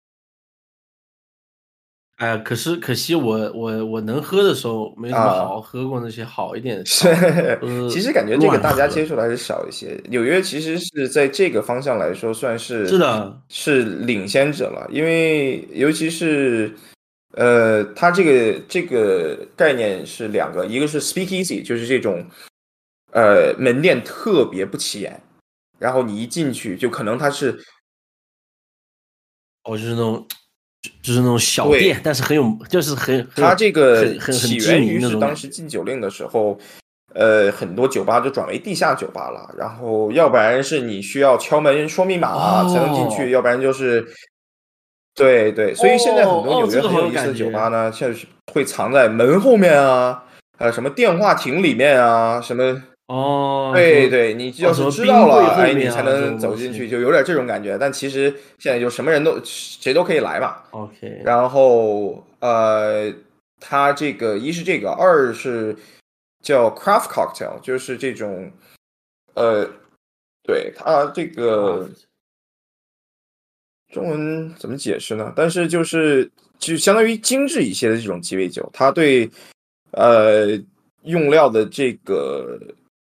哎呀，可惜我能喝的时候没怎么好啊， 好喝过那些好一点的是， 调， 其实感觉这个大家乱喝。 接触的还是少一些。纽约其实是在这个方向来说，算是是的， 是领先者了，因为尤其是它这个概念是两个，一个是 speakeasy，就是这种门店特别不起眼， 然后你一进去就可能它是哦，就是那种小店，但是就是它这个很起源于知名那种当时禁酒令的时候，很多酒吧就转为地下酒吧了，然后要不然是你需要敲门说密码才能进去，要不然就是对，所以现在很多纽约很有意思的酒吧呢，现在会藏在门后面啊，什么电话亭里面啊，什么对，你要是知道了，哎，你才能走进去，就有点这种感觉。但其实现在就什么人谁都可以来嘛。 OK， 然后它这个一是这个，二是叫 craft cocktail，就是这种对它这个中文怎么解释呢？但是就相当于精致一些的这种鸡尾酒，它对用料的这个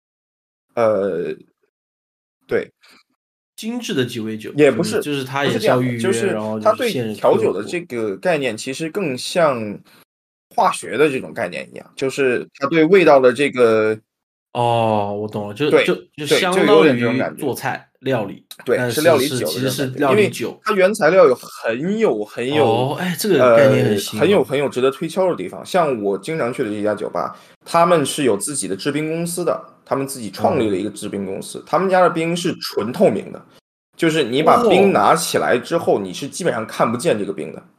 对。 精致的鸡尾酒也不是， 就是它也不是这样的， 预约， 就是然后它对调酒的客户这个概念其实更像化学的这种概念一样，就是它对味道的这个哦，我懂了，就对就相当有点这种于感觉。 做菜料理， 对， 但是料理是其实是酒的这种感觉，因为料理酒。 它原材料很有哦，哎，这个概念很新哦。 很有值得推敲的地方。像我经常去的这家酒吧，他们是有自己的制冰公司的，他们自己创立了一个制冰公司，他们家的冰是纯透明的。就是你把冰拿起来之后，你是基本上看不见这个冰的。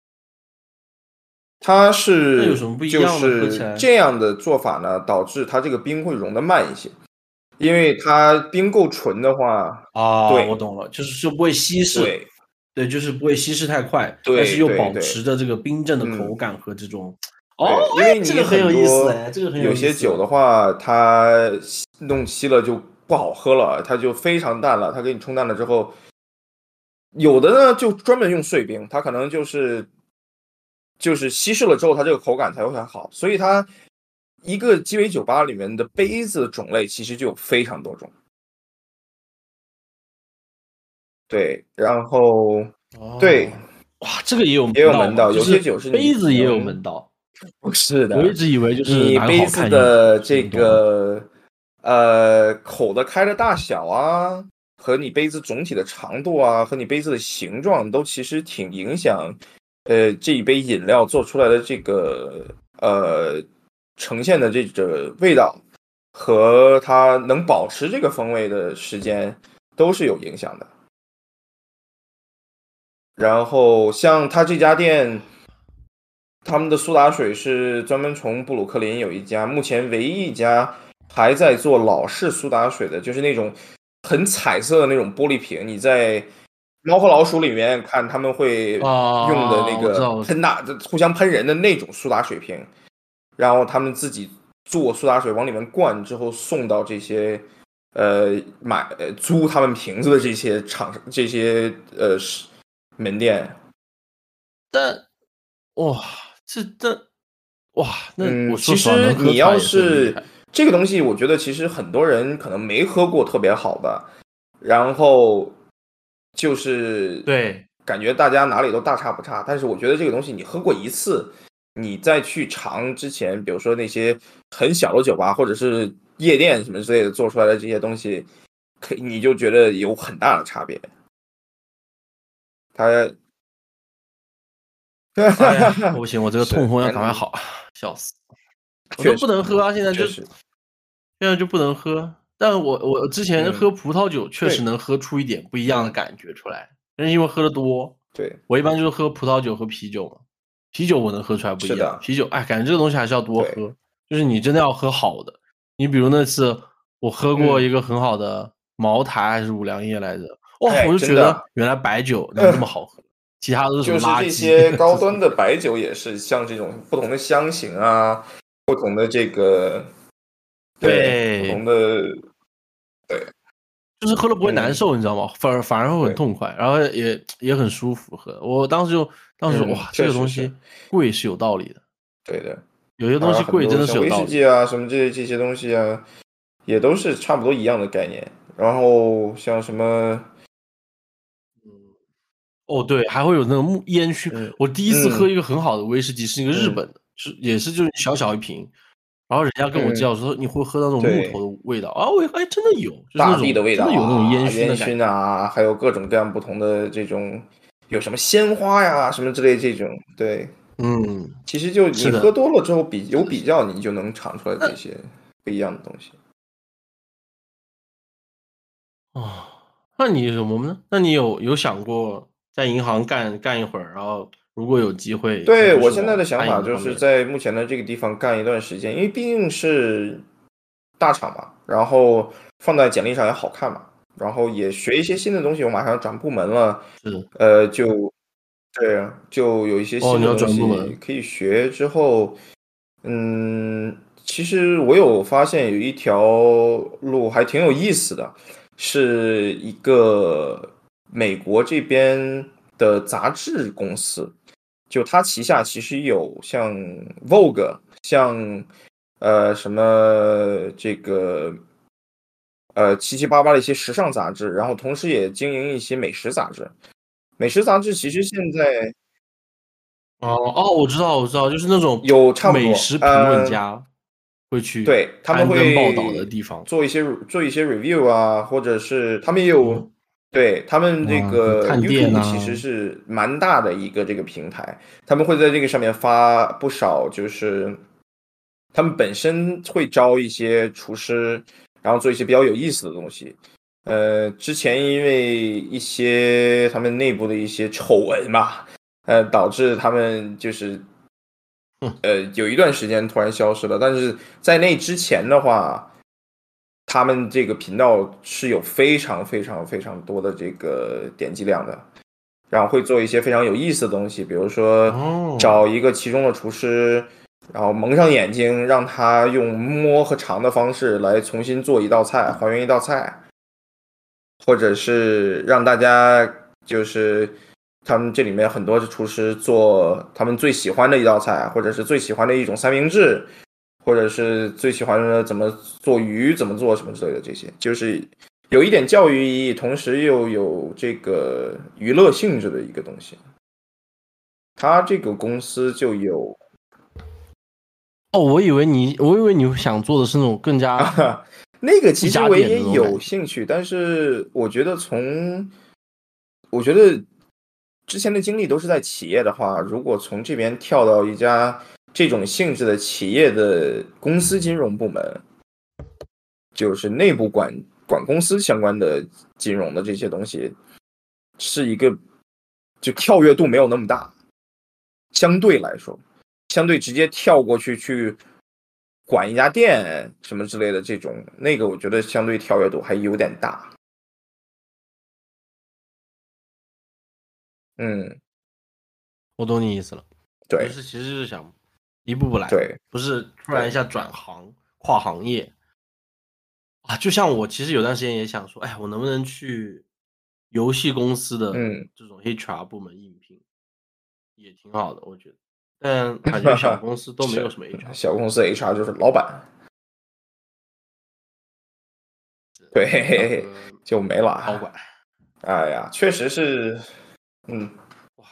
它那有什么不一样呢？喝起来这样的做法呢，导致它这个冰会融得慢一些，因为它冰够纯的话，对， 我懂了，就不会稀释，对，就是不会稀释太快，但是又保持着这个冰镇的口感和这种。 因为你这个很有意思哎，这个很有些酒的话，它弄稀了就不好喝了，它就非常淡了。它给你冲淡了之后，有的呢就专门用碎冰，它可能就是稀释了之后，它这个口感才会很好。所以它一个鸡尾酒吧里面的杯子种类其实就有非常多种。对，然后对， 哇，这个也有门道，有些酒是杯子也有门道。 不是的， 我一直以为就是你杯子的这个口的开的大小啊，和你杯子总体的长度啊，和你杯子的形状都其实挺影响这一杯饮料做出来的这个呈现的这个味道和它能保持这个风味的时间都是有影响的。然后像他这家店，他们的苏打水是专门从布鲁克林有一家，目前唯一一家还在做老式苏打水的，就是那种很彩色的那种玻璃瓶。你在《猫和老鼠》里面看他们会用的那个互相喷人的那种苏打水瓶，然后他们自己做苏打水往里面灌之后送到这些租他们瓶子的这些这些门店。 但哇，那我其实你要是这个东西，我觉得其实很多人可能没喝过特别好的，然后就是对， 感觉大家哪里都大差不差。但是我觉得这个东西你喝过一次，你再去尝之前，比如说那些很小的酒吧或者是夜店什么之类的做出来的这些东西，你就觉得有很大的差别。它哎呀，不行，我这个痛风要赶快好，笑死！我都不能喝啊，现在就不能喝。但我之前喝葡萄酒确实能喝出一点不一样的感觉出来，但是因为喝的多。 对， 我一般就是喝葡萄酒和啤酒嘛，啤酒我能喝出来不一样。啤酒，哎，感觉这个东西还是要多喝，就是你真的要喝好的。你比如那次我喝过一个很好的茅台还是五粮液来着，哇，我就觉得原来白酒能这么好喝。其他都是什么垃圾？ 就是这些高端的白酒也是像这种不同的香型啊，不同的这个，对，不同的，对， 就是喝了不会难受，你知道吗？反而会很痛快，然后也很舒服喝。我当时哇，这个东西贵是有道理的。 对的， 有些东西贵真的是有道理。 威士忌啊，什么这些东西啊，也都是差不多一样的概念。然后像什么。 哦，对，还会有那种烟熏。我第一次喝一个很好的威士忌是一个日本的，也是就是小小一瓶， 然后人家跟我介绍说你会喝到那种木对头的味道啊，我还真的有，就是大那种地的味道真的有那种烟烟熏的感觉。 啊，还有各种各样不同的这种，有什么鲜花呀什么之类这种，对， 嗯， 其实就你是的喝多了之后有是的比较，你就能尝出来这些不一样的东西。 哦，那你有什么呢？那你有想过在银行干一会儿，然后如果有机会，但对， 不是我现在的往餐想法就饮那方面。 是在目前的这个地方干一段时间，因为毕竟是大厂嘛，然后放在简历上也好看嘛，然后也学一些新的东西。我马上转部门了， 是就对啊，就有一些哦，你要新的东转部门， 西可以学。之后，其实我有发现有一条路还挺有意思的，是一个美国这边的杂志公司。就它旗下其实有像 Vogue，像什么这个七七八八的一些时尚杂志，然后同时也经营一些美食杂志。美食杂志其实现在哦，我知道，就是那种有差不美多， 食评论家会去对，他们刊登报道的会地方。 做一些 review 啊，或者是他们也有， 嗯， 对，他们这就个探店 YouTube 其实啊， 是蛮大的一个这个平台，他们会在这个上面发不少，就是他们本身会招一些厨师，然后做一些比较有意思的东西。之前因为一些他们内部的一些丑闻吧，导致他们就是有一段时间突然消失了。但是在那之前的话，他们这个频道是有非常非常非常多的这个点击量的，然后会做一些非常有意思的东西，比如说哦， 找一个其中的厨师，然后蒙上眼睛，让他用摸和尝的方式来重新做一道菜，还原一道菜。或者是让大家就是他们这里面很多厨师做他们最喜欢的一道菜，或者是最喜欢的一种三明治，或者是最喜欢的怎么做鱼、怎么做什么之类的这些，就是有一点教育意义，同时又有这个娱乐性质的一个东西。他这个公司就有哦，我以为你想做的是那种更加那个其一实我家店的那也有种感觉。 兴趣，但是我觉得之前的经历都是在企业的话，如果从这边跳到一家这种性质的企业的公司金融部门，就是内部管公司相关的金融的这些东西，是一个就跳跃度没有那么大，相对来说，相对直接跳过去管一家店什么之类的这种，那个我觉得相对跳跃度还有点大。嗯， 我懂你意思了，就对是其实是想一步步来， 对不是突然一对， 下转行跨行业啊。就像我其实有段时间也想说，哎，我能不能去游戏公司的嗯。 这种 HR 部门应聘，也挺好的，我觉得。但感觉小公司都没有是什么 HR 部门， 小公司 HR 就是老板， 小对， 哥就没了。 高管。 哎呀，确实是，嗯， 哇，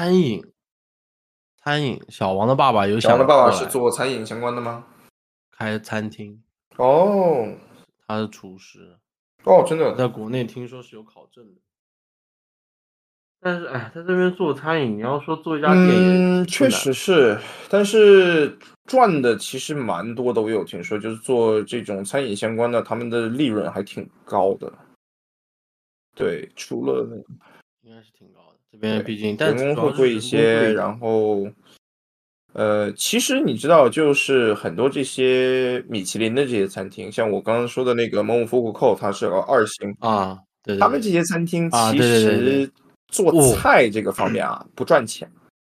餐饮，小王的爸爸有想小王的爸爸过来是做餐饮相关的吗？ 开餐厅， 哦他是厨师， 哦，真的， 在国内听说是有考证的。但是，哎，在这边做餐饮，你要说做一家店也挺确困难的。 实是，但是赚的其实蛮多的，我有听说，就是做这种餐饮相关的，他们的利润还挺高的。对，除了那应该是挺高的。这边对毕竟，但人工主要是会贵一人工贵些， 一点。 然后其实你知道，就是很多这些米其林的这些餐厅，像我刚刚说的那个蒙古夫古寇，它是个2星， 啊，对对对， 他们这些餐厅啊， 其对对对对， 实做哦， 菜这个方面啊不赚钱，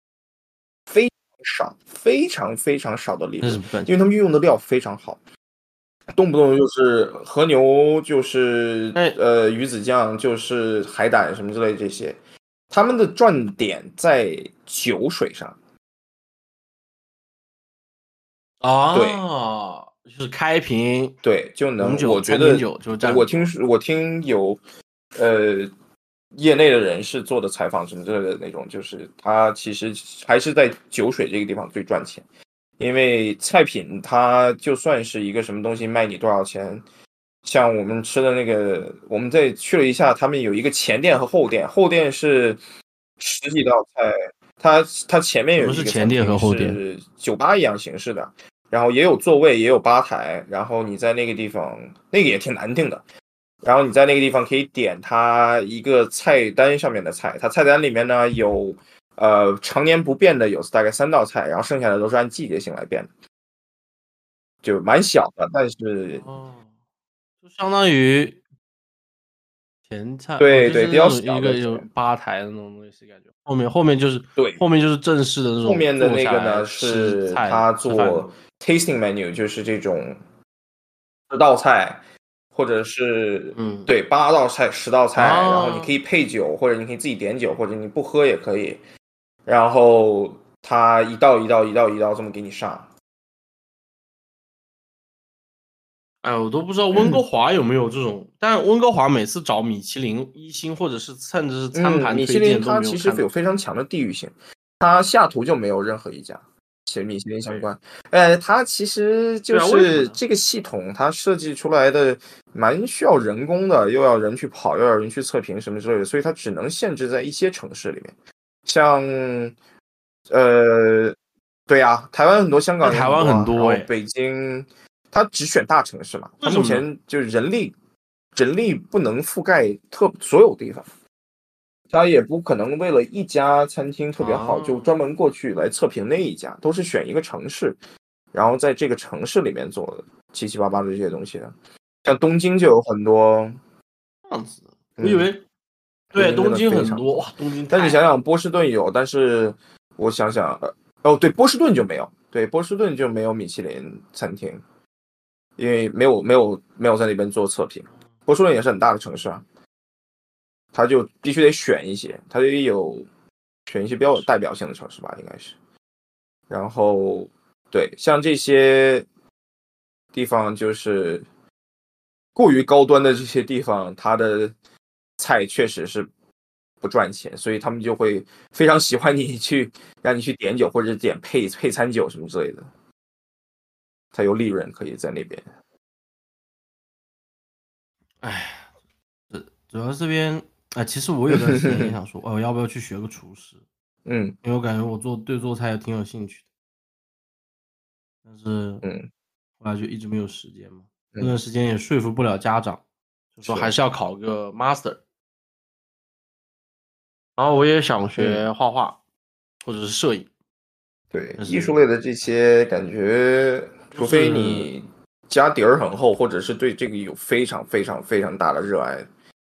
少，非常非常少的利润， 那是不赚钱。 因为他们运用的料非常好，动不动就是和牛，就是哎， 鱼子酱，就是海胆什么之类的这些，他们的赚点在酒水上。对， 啊，就是开瓶对，就能， 红酒、 我觉得， 餐前酒就对， 占很多。 我听有，呃，业内的人士做的采访什么之类的那种，就是他其实还是在酒水这个地方最赚钱， 因为菜品它就算是一个什么东西卖你多少钱，像我们吃的那个，我们再去了一下，他们有一个前店和后店，后店是十几道菜，它前面有一什么是前店和个餐厅后店？ 是酒吧一样形式的，然后也有座位，也有吧台，然后你在那个地方，那个也挺难订的。然后你在那个地方可以点它一个菜单上面的菜，它菜单里面呢有常年不变的有大概3道菜，然后剩下的都是按季节性来变的，就蛮小的，但是哦，就相当于前菜哦， 对对比较就是那种一小的， 个有吧台的那种东西，感觉后面就是对。 正式的那后种面的那个坐下来呢是吃菜他做吃饭的。 tasting menu，就是这种10道菜，或者是嗯， 对8道菜、10道菜，然后你可啊， 以配酒，或者你可以自己点酒，或者你不喝也可以。然后他一道一道一道一道这么给你上。 哎，我都不知道温哥华有没有这种，但温哥华每次找米其林1星或者是甚至是餐盘米其推荐都林它其实没有看到。 有非常强的地域性，它西雅图就没有任何一家写米其林相对， 关。它其实就对啊，为什么呢？ 是这个系统它设计出来的蛮需要人工的，又要人去跑，又要人去测评什么之类的，所以它只能限制在一些城市里面。像呃，对呀，台湾很多，香港也在台湾很多啊，然很多哎， 后北京，它只选大城市嘛，它目为什么呢？ 前就人力不能覆盖所有地方。他也不可能为了一家餐厅特别好，就啊， 专门过去来测评那一家，都是选一个城市，然后在这个城市里面做七七八八的这些东西的。像东京就有很多， 这样子的，我以嗯， 为对， 东京真的东京非常多。 很多哇，东京太但你想想，波士顿有，但是我想想，哦，对，波士顿就没有，对，波士顿就没有米其林餐厅，因为没有在那边做测评。波士顿也是很大的城市啊，他就必须得选一些，他得选一些比较有代表性的城市吧，应该是。然后对，像这些地方就是过于高端的这些地方，它的菜确实是不赚钱，所以他们就会非常喜欢让你去点酒或者点配餐酒什么之类的，它有利润可以在那边。 哎，主要这边哎，其实我有段时间也想说，哦，要不要去学个厨师？ 嗯因为我感觉我对做菜也挺有兴趣的，但是嗯后来就一直没有时间嘛。那嗯， 段时间也说服不了家长，就说还是， 是要考个 master。然后我也想嗯。 学画画或者是摄影， 对， 但是艺术类的这些感觉， 就除非是你家底儿很厚，或者是对这个有非常非常非常大的热爱。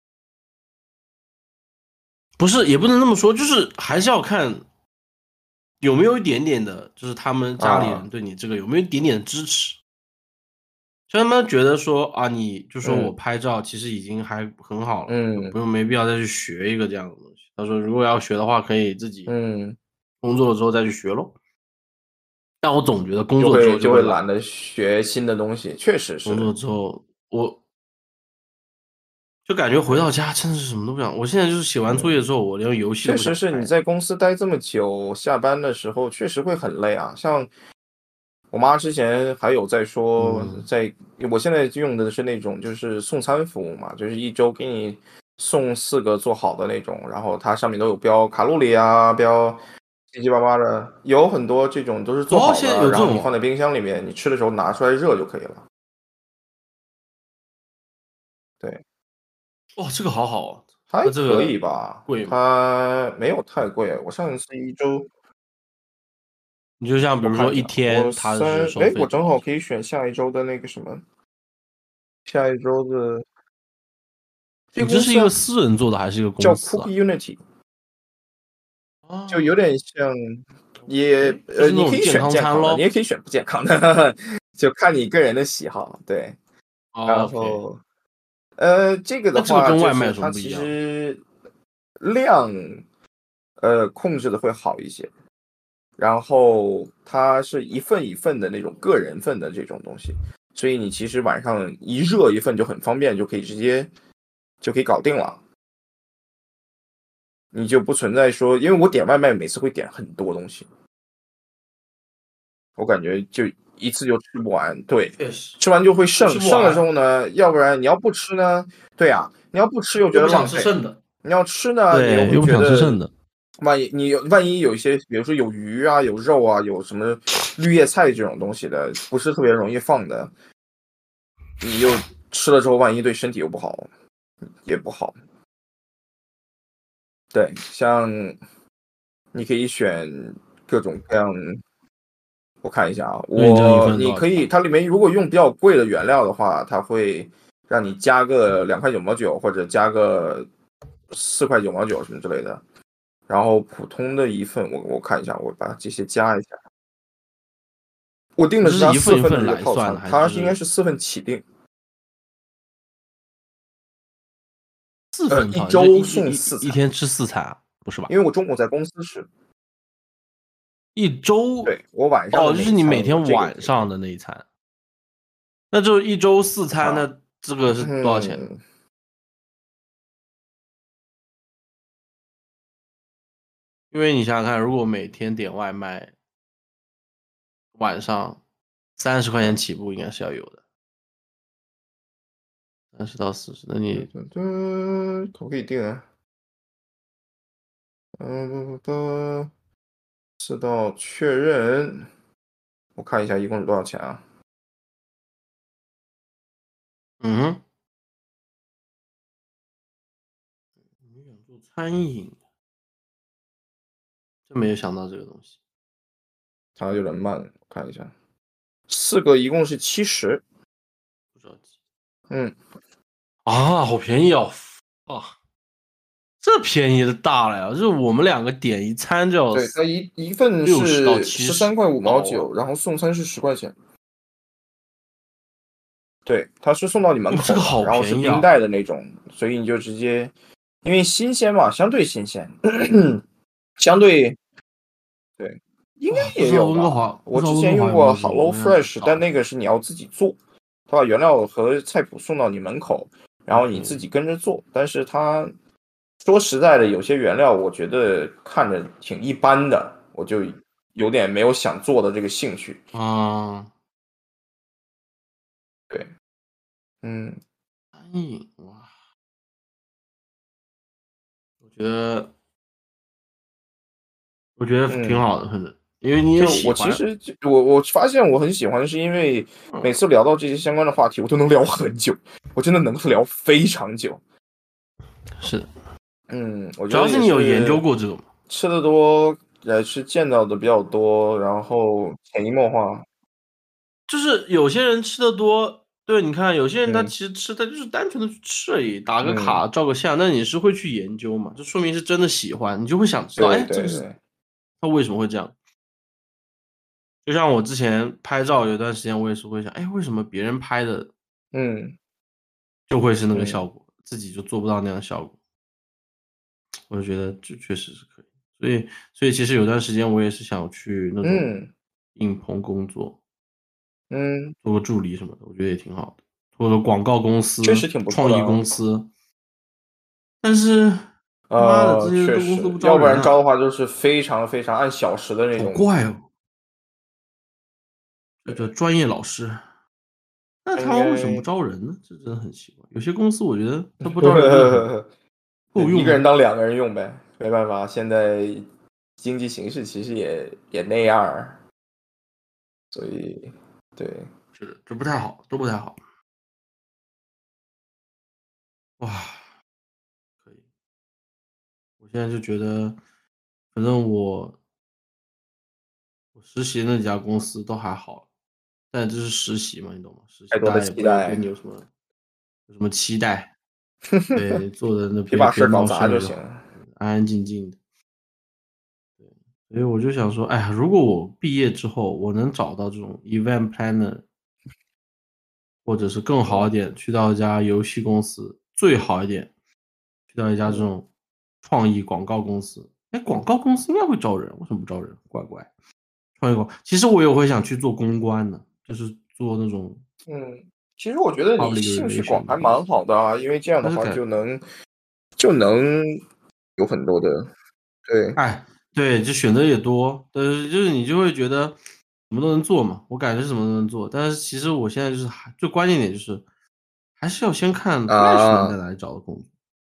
不是也不能这么说，就是还是要看有没有一点点的，就是他们家里人啊， 对你这个有没有一点点的支持。就他们觉得说啊，你就说我嗯拍照其实已经还很好了，就嗯不用没必要再去学一个这样的东西。他说如果要学的话，可以自己嗯， 工作了之后再去学咯。但我总觉得工就作之后会就会就会懒， 懒得学新的东西，确实工作是， 之后我就感觉回到对， 家真的是什么都不想。我现在就是写完作嗯， 业之后，我连游戏都确不想开。 实是你在公司待这么久，下班的时候确实会很累啊。像我妈之前还有在说， 嗯， 我现在用的是那种就是送餐服务嘛，就是一周给你送4个做好的那种，然后它上面都有标卡路里啊，标七七八八的，有很多这种都是做哦， 好的， 现在有这然后你放在种哦， 冰箱里面，你吃的时候拿出来热就可以了。对， 哇，这个好好哦。那这还可以个吧， 贵吗？ 它没有太贵。我上一次一周， 你就像比如说一我看一下， 天，它是收费我正好多少钱？ 可以选下一周的那个什么，下一周的这你这是一个个公司啊， 私人做的还是一个叫公司 Cook 啊？ Unity。就有啊点像， ，OK，就是那你可以种健康选健康的，你也餐咯。 可以选不健康的，就看你个人的喜好。对，然 OK， 后这个的那这个话就跟外卖有什是它其么不一样？ 实量控制的会好一些，然后它是一份一份的那种个人份的这种东西，所以你其实晚上一热一份就很方便，就可以直接就可以搞定了。你就不存在说，因为我点外卖每次会点很多东西， 我感觉就一次就吃不完。对， 确实吃完就会剩， 吃不剩了之完后呢，要不然你要不吃呢，对啊，你要不吃又觉又不想得浪费， 吃剩的， 你要吃呢，你又对， 会又不觉得想吃剩的。 万一有一些，比如说有鱼啊、有肉啊、有什么绿叶菜这种东西的，不是特别容易放的，你又吃了之后，万一对身体又不好，也不好。对，像你可以选各种各样，我看一下啊， 那你这一份多少钱？ 你可以，它里面如果用比较贵的原料的话，它会让你加个2.99块或者加个4.99块什么之类的。然后普通的一份，我看一下，我把这些加一下。我订的是它这是一份 4份的一份一个套餐， 来算的，还它应该是是4份起订， 一 4份套？ 周送4餐， 一天吃4餐啊？不是吧？ 因为我中午在公司吃， 一周对我晚上的哦，就那一餐， 是你每我这个天晚上的那一餐，那就一周4餐， 啊那这个是多少钱？因为你想想看，如果每天点外卖，晚上30块钱起步应该是要有的，30到40，那你可不可以定啊？4到确认，我看一下一共是多少钱啊？ 嗯，你想做餐饮，真没有想到这个东西。 它有点慢，我看一下，4个一共是70， 不着急。 啊， 好便宜哦！啊，这便宜的大了呀！就是我们2个点一餐就要对，它一份 60到是 70 13.5毛9， 刀然后送餐是10块钱。对，它是送到你门口的， 这个好然后是便宜啊！ 冰袋的那种，所以你就直接，因为新鲜嘛，相对新鲜，相对对，应该不知道也有吧。 温哥华，不我之知道温哥华前用过有没有这种， Hello 我想去 Fresh，但找。 那个是你要自己做，它把原料和菜谱送到你门口，然后你自己跟着做。但是它说实在的，有些原料我觉得看着挺一般的，我就有点没有想做的这个兴趣。 啊， 对， 餐饮哇，我觉得挺好的，可能因为你也就喜欢。 我其实我发现我很喜欢，是因为每次聊到这些相关的话题，我都能聊很久，我真的能聊非常久。 是的， 我觉得也主要是你有研究过这个吗？ 吃的多，是见到的比较多，然后潜移默化。 就是有些人吃的多，对，你看有些人他其实吃，他就是单纯的去吃而已，打个卡照个相，那你是会去研究嘛？这说明是真的喜欢，你就会想知道， 对哎，这个是对对， 他为什么会这样？就像我之前拍照有段时间，我也是会想，哎，为什么别人拍的嗯就会是那个效果，自己就做不到那样的效果？我就觉得这确实是可以，所以其实有段时间我也是想去那种嗯影棚工作， 嗯， 做个助理什么的，我觉得也挺好的，或者广告公司、 确实挺不错创意的啊。 公司，但是他妈的这些确实， 公司都不招要不人啊， 然招的话就是非常非常按小时的那好种。 怪哦！这个专业老师，那他应们为什么不该招人呢？这真的很奇怪。有些公司我觉得他不招人真的很够一个人用吗？ 当2个人用呗，没办法，现在经济形势其实也那样儿，所以对， 是的，这不太好，都不太好。哇，可以，我现在就觉得，反正我实习那几家公司都还好，但这是实习嘛，你懂吗？实习太多的大家也不会对期待， 你有什么期待，对你做的那别别把事儿搞闹事儿就好， 砸就行。 安安静静的。所以我就想说，哎呀，如果我毕业之后我能找到这种 event planner，或者是更好一点，去到一家游戏公司，最好一点，去到一家这种创意广告公司。哎，广告公司应该会招人，为什么不招人？怪怪。创意广，其实我也会想去做公关的，就是做那种其实我觉得你 public 兴趣广 relation 的还蛮东西。 好的啊，因为这样的话但是就能有很多的对， 哎，对，就选择也多，但是就是你就会觉得什么都能做嘛，我感觉是什么都能做，但是其实我现在就是最关键点就是还是要先看 Flash 能在哪里找到工作。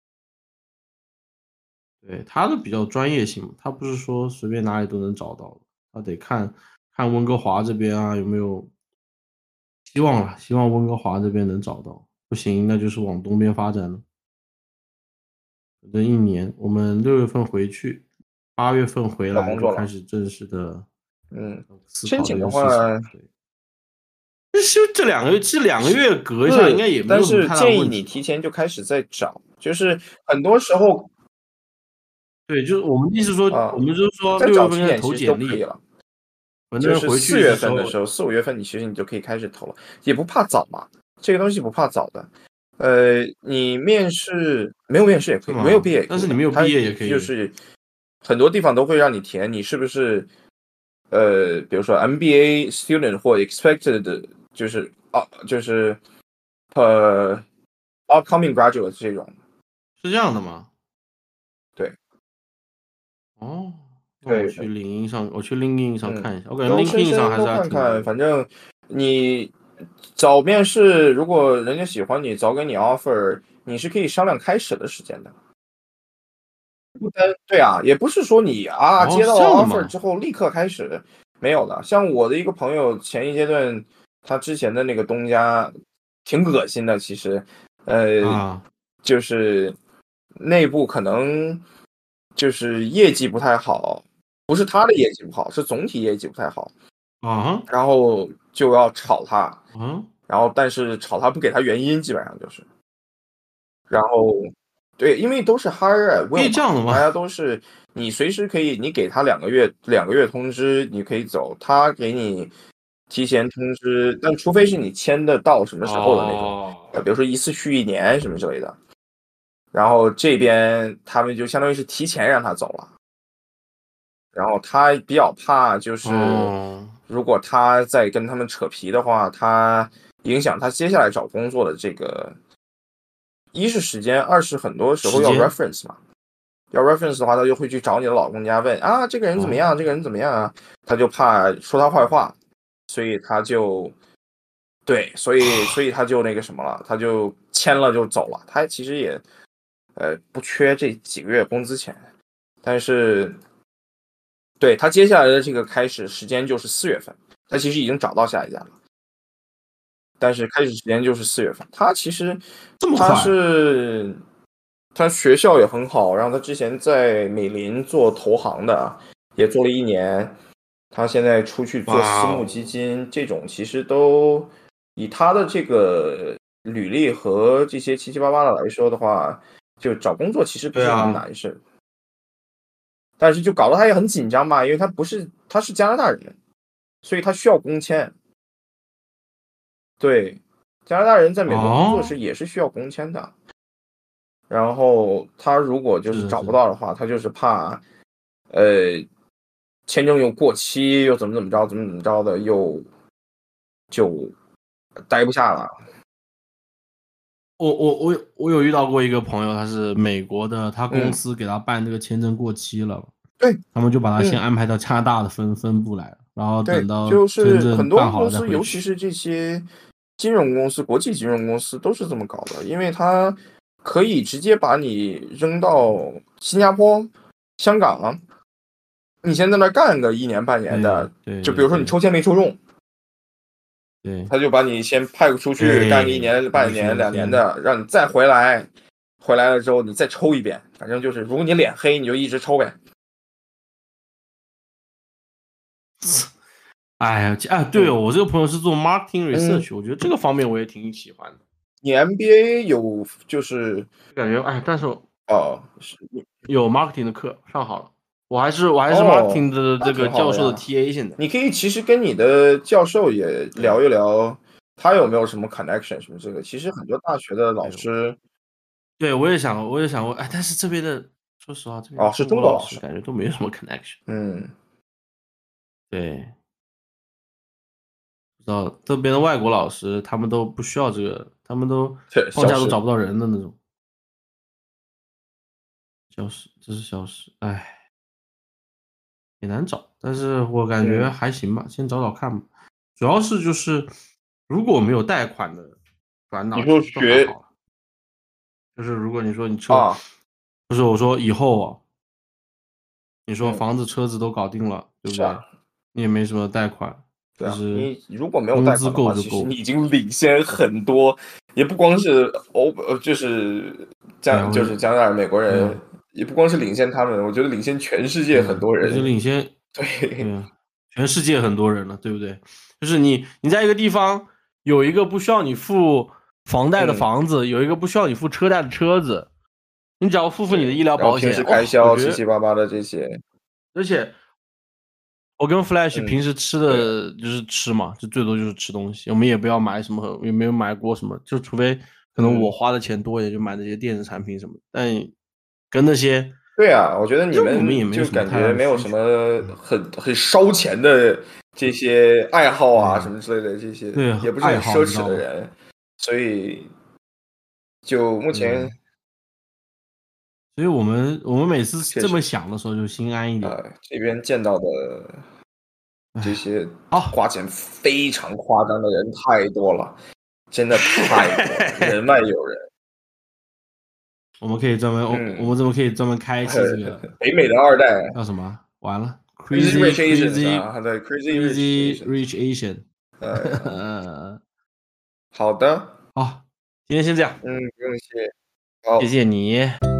对，他的比较专业性嘛，他不是说随便哪里都能找到的，他得看看温哥华这边啊有没有希望了，希望温哥华这边能找到，不行那就是往东边发展了。反正一年，我们6月份回去，8月份回来就找工作了。 开始正式的思申考这请的话， 个事情。对，这2个月，其实2个月隔一下应该也没但有什么太大的是建议问题吧。 你提前就开始在找，就是很多时候对，就是我们意思说，我们就是说再 6 早期一点月份开始投其实都可以简历， 了。 反就是正回去的时候， 4、5月份，你其实你就可以开始投了，也不怕早嘛，这个东西不怕早的。你面试没有面试也可以，没有是吗？ 毕业也可以的。 但是你没有它毕业也可以。 就是很多地方都会让你填你是不是比如说 MBA student 或 expected，就是upcoming graduate 这种。 是这样的吗？ 对。 哦，那我对去领英上，我去 LinkedIn 上看一下，我感觉都深 LinkedIn 上还是深都看看， 还挺多的。 反正你早面试，如果人家喜欢你，早给你 offer，你是可以商量开始的时间的。不单对啊，也不是说你哦，是接到了这样的 offer 吗？ 之后立刻开始，没有的。像我的一个朋友，前一阶段他之前的那个东家挺恶心的，其实， 啊， 就是内部可能就是业绩不太好，不是他的业绩不好，是总体业绩不太好， 啊， 然后就要炒他， 嗯， 然后但是炒他不给他原因，基本上就是。然后对，因为都是 hire at 可 will 嘛， 以这样的吗？ 大家都是你随时可以，你给他2个月通知，你可以走，他给你提前通知，但除非是你签的到什么时候的那种， 哦， 比如说一次续1年什么之类的，然后这边他们就相当于是提前让他走了，然后他比较怕就是哦， 如果他再跟他们扯皮的话，他影响他接下来找工作的这个，一是时间，二是很多时候要时间， reference 嘛。要 reference 的话，他就会去找你的老公家问啊，这个人怎么哦， 样？这个人怎么样啊？他就怕说他坏话，所以他就对，所以他就那个什么了，他就签了就走了。他其实也不缺这几个月工资钱，但是对他接下来的这个开始时间就是4月份，他其实已经找到下一家了，但是开始时间就是4月份。他其实他这么快？ 是他学校也很好，然后他之前在美林做投行的，也做了1年。他现在出去做私募哇哦， 基金，这种其实都以他的这个履历和这些七七八八的来说的话，就找工作其实不是什么对啊， 难事。但是就搞得他也很紧张嘛，因为他是加拿大人，所以他需要工签。对，加拿大人在美国工作哦， 时也是需要工签的。然后他如果就是找是的是的， 不到的话，他就是怕，呃，签证又过期，又怎么着，怎么着的，又就待不下了。 我有遇到过一个朋友，他是美国的，他公嗯， 司给他办这个签证过期了， 对， 他们就把他先嗯， 安排到加拿大的分部来了，然后对， 等到就是真正很多办好了再公司， 回去。 尤其是这些金融公司、国际金融公司都是这么搞的，因为它可以直接把你扔到新加坡、香港，你先在那干个1年半年对的， 对就比如说你对对抽签没抽中， 对他就把你先派出去干个1年、半年、 就是说 2年先的，让你再回来，回来了之后你再抽一遍，反正就是如果你脸黑，你就一直抽呗。 哎呀，对哦， 嗯我这个朋友是做 marketing 嗯， research，我觉得这个方面我也挺喜欢的， 你 MBA 有就是就感觉但是是有 marketing 的课上好了，我还是哦， marketing 的那这个教授的挺好的呀。 TA 现在。 你可以其实跟你的教授也对聊一聊，他有没有什么 connection 什么这个。其实很多大学的老对师对，我也想过，哎，但是这边的，说实话，这边的是中国老中国老师， 师感觉都没有什么 connection。 嗯， 对，不知道这边的外国老师，他们都不需要这个，他们都对， 放消失。 假都找不到人的那种。消失，这是消失，哎。 也难找，但是我感觉还行吧，先找找看吧。主要是就是如果没有贷款的转档， 你说其实都还学好了。就是如果你说你车， 啊， 不是我说以后啊，你说嗯， 房子车子都搞定了，对不是啊， 对？你也没什么贷款， 对啊， 其实你如果没有工贷款的话， 资够就其实你够了。 已经领先很多，也不光是就是对啊， 就是加拿大人、美国人， 对啊， 也不光是领先他们，我觉得领先全世界对啊， 很多人。 已经领先，对对， 啊，全世界很多人了，对不对？就是你在一个地方有一个不需要你付房贷的嗯， 房子，有一个不需要你付车贷的车子，你只要付你的对， 医疗保险， 然后平时开我销七七觉得， 八八的这些， 而且我跟 Flash 平嗯， 时吃对啊， 的就是吃嘛，就最多就是吃东西，我们也不要买什么，也没有买过什么，就除非可能我嗯。 花的钱多一点，就买那些电子产品什么的，但跟那些， 对啊，我觉得你其实我们也们就没有什么太大感觉没有的需求。 什么很烧钱的这些爱好啊什对么之类的，这些对， 也不是爱好很奢你知道吗？ 侈的人，所以就目前对，所以我们每次这么确实想的时候就心安一点。 这边见到的这哎， 些好， 花钱非常夸张的人太多了，真的太多了，人外有人。 我们可以专门，我们嗯， 怎么可以专门开一期这个北美的二代叫什么？完了 ，Crazy ，Crazy Rich Asians Crazy 啊，对，Crazy Rich Crazy Asians， Rich Asian。 哎呀，好的， 好，今天先这样， 不用谢， 谢好。 谢你。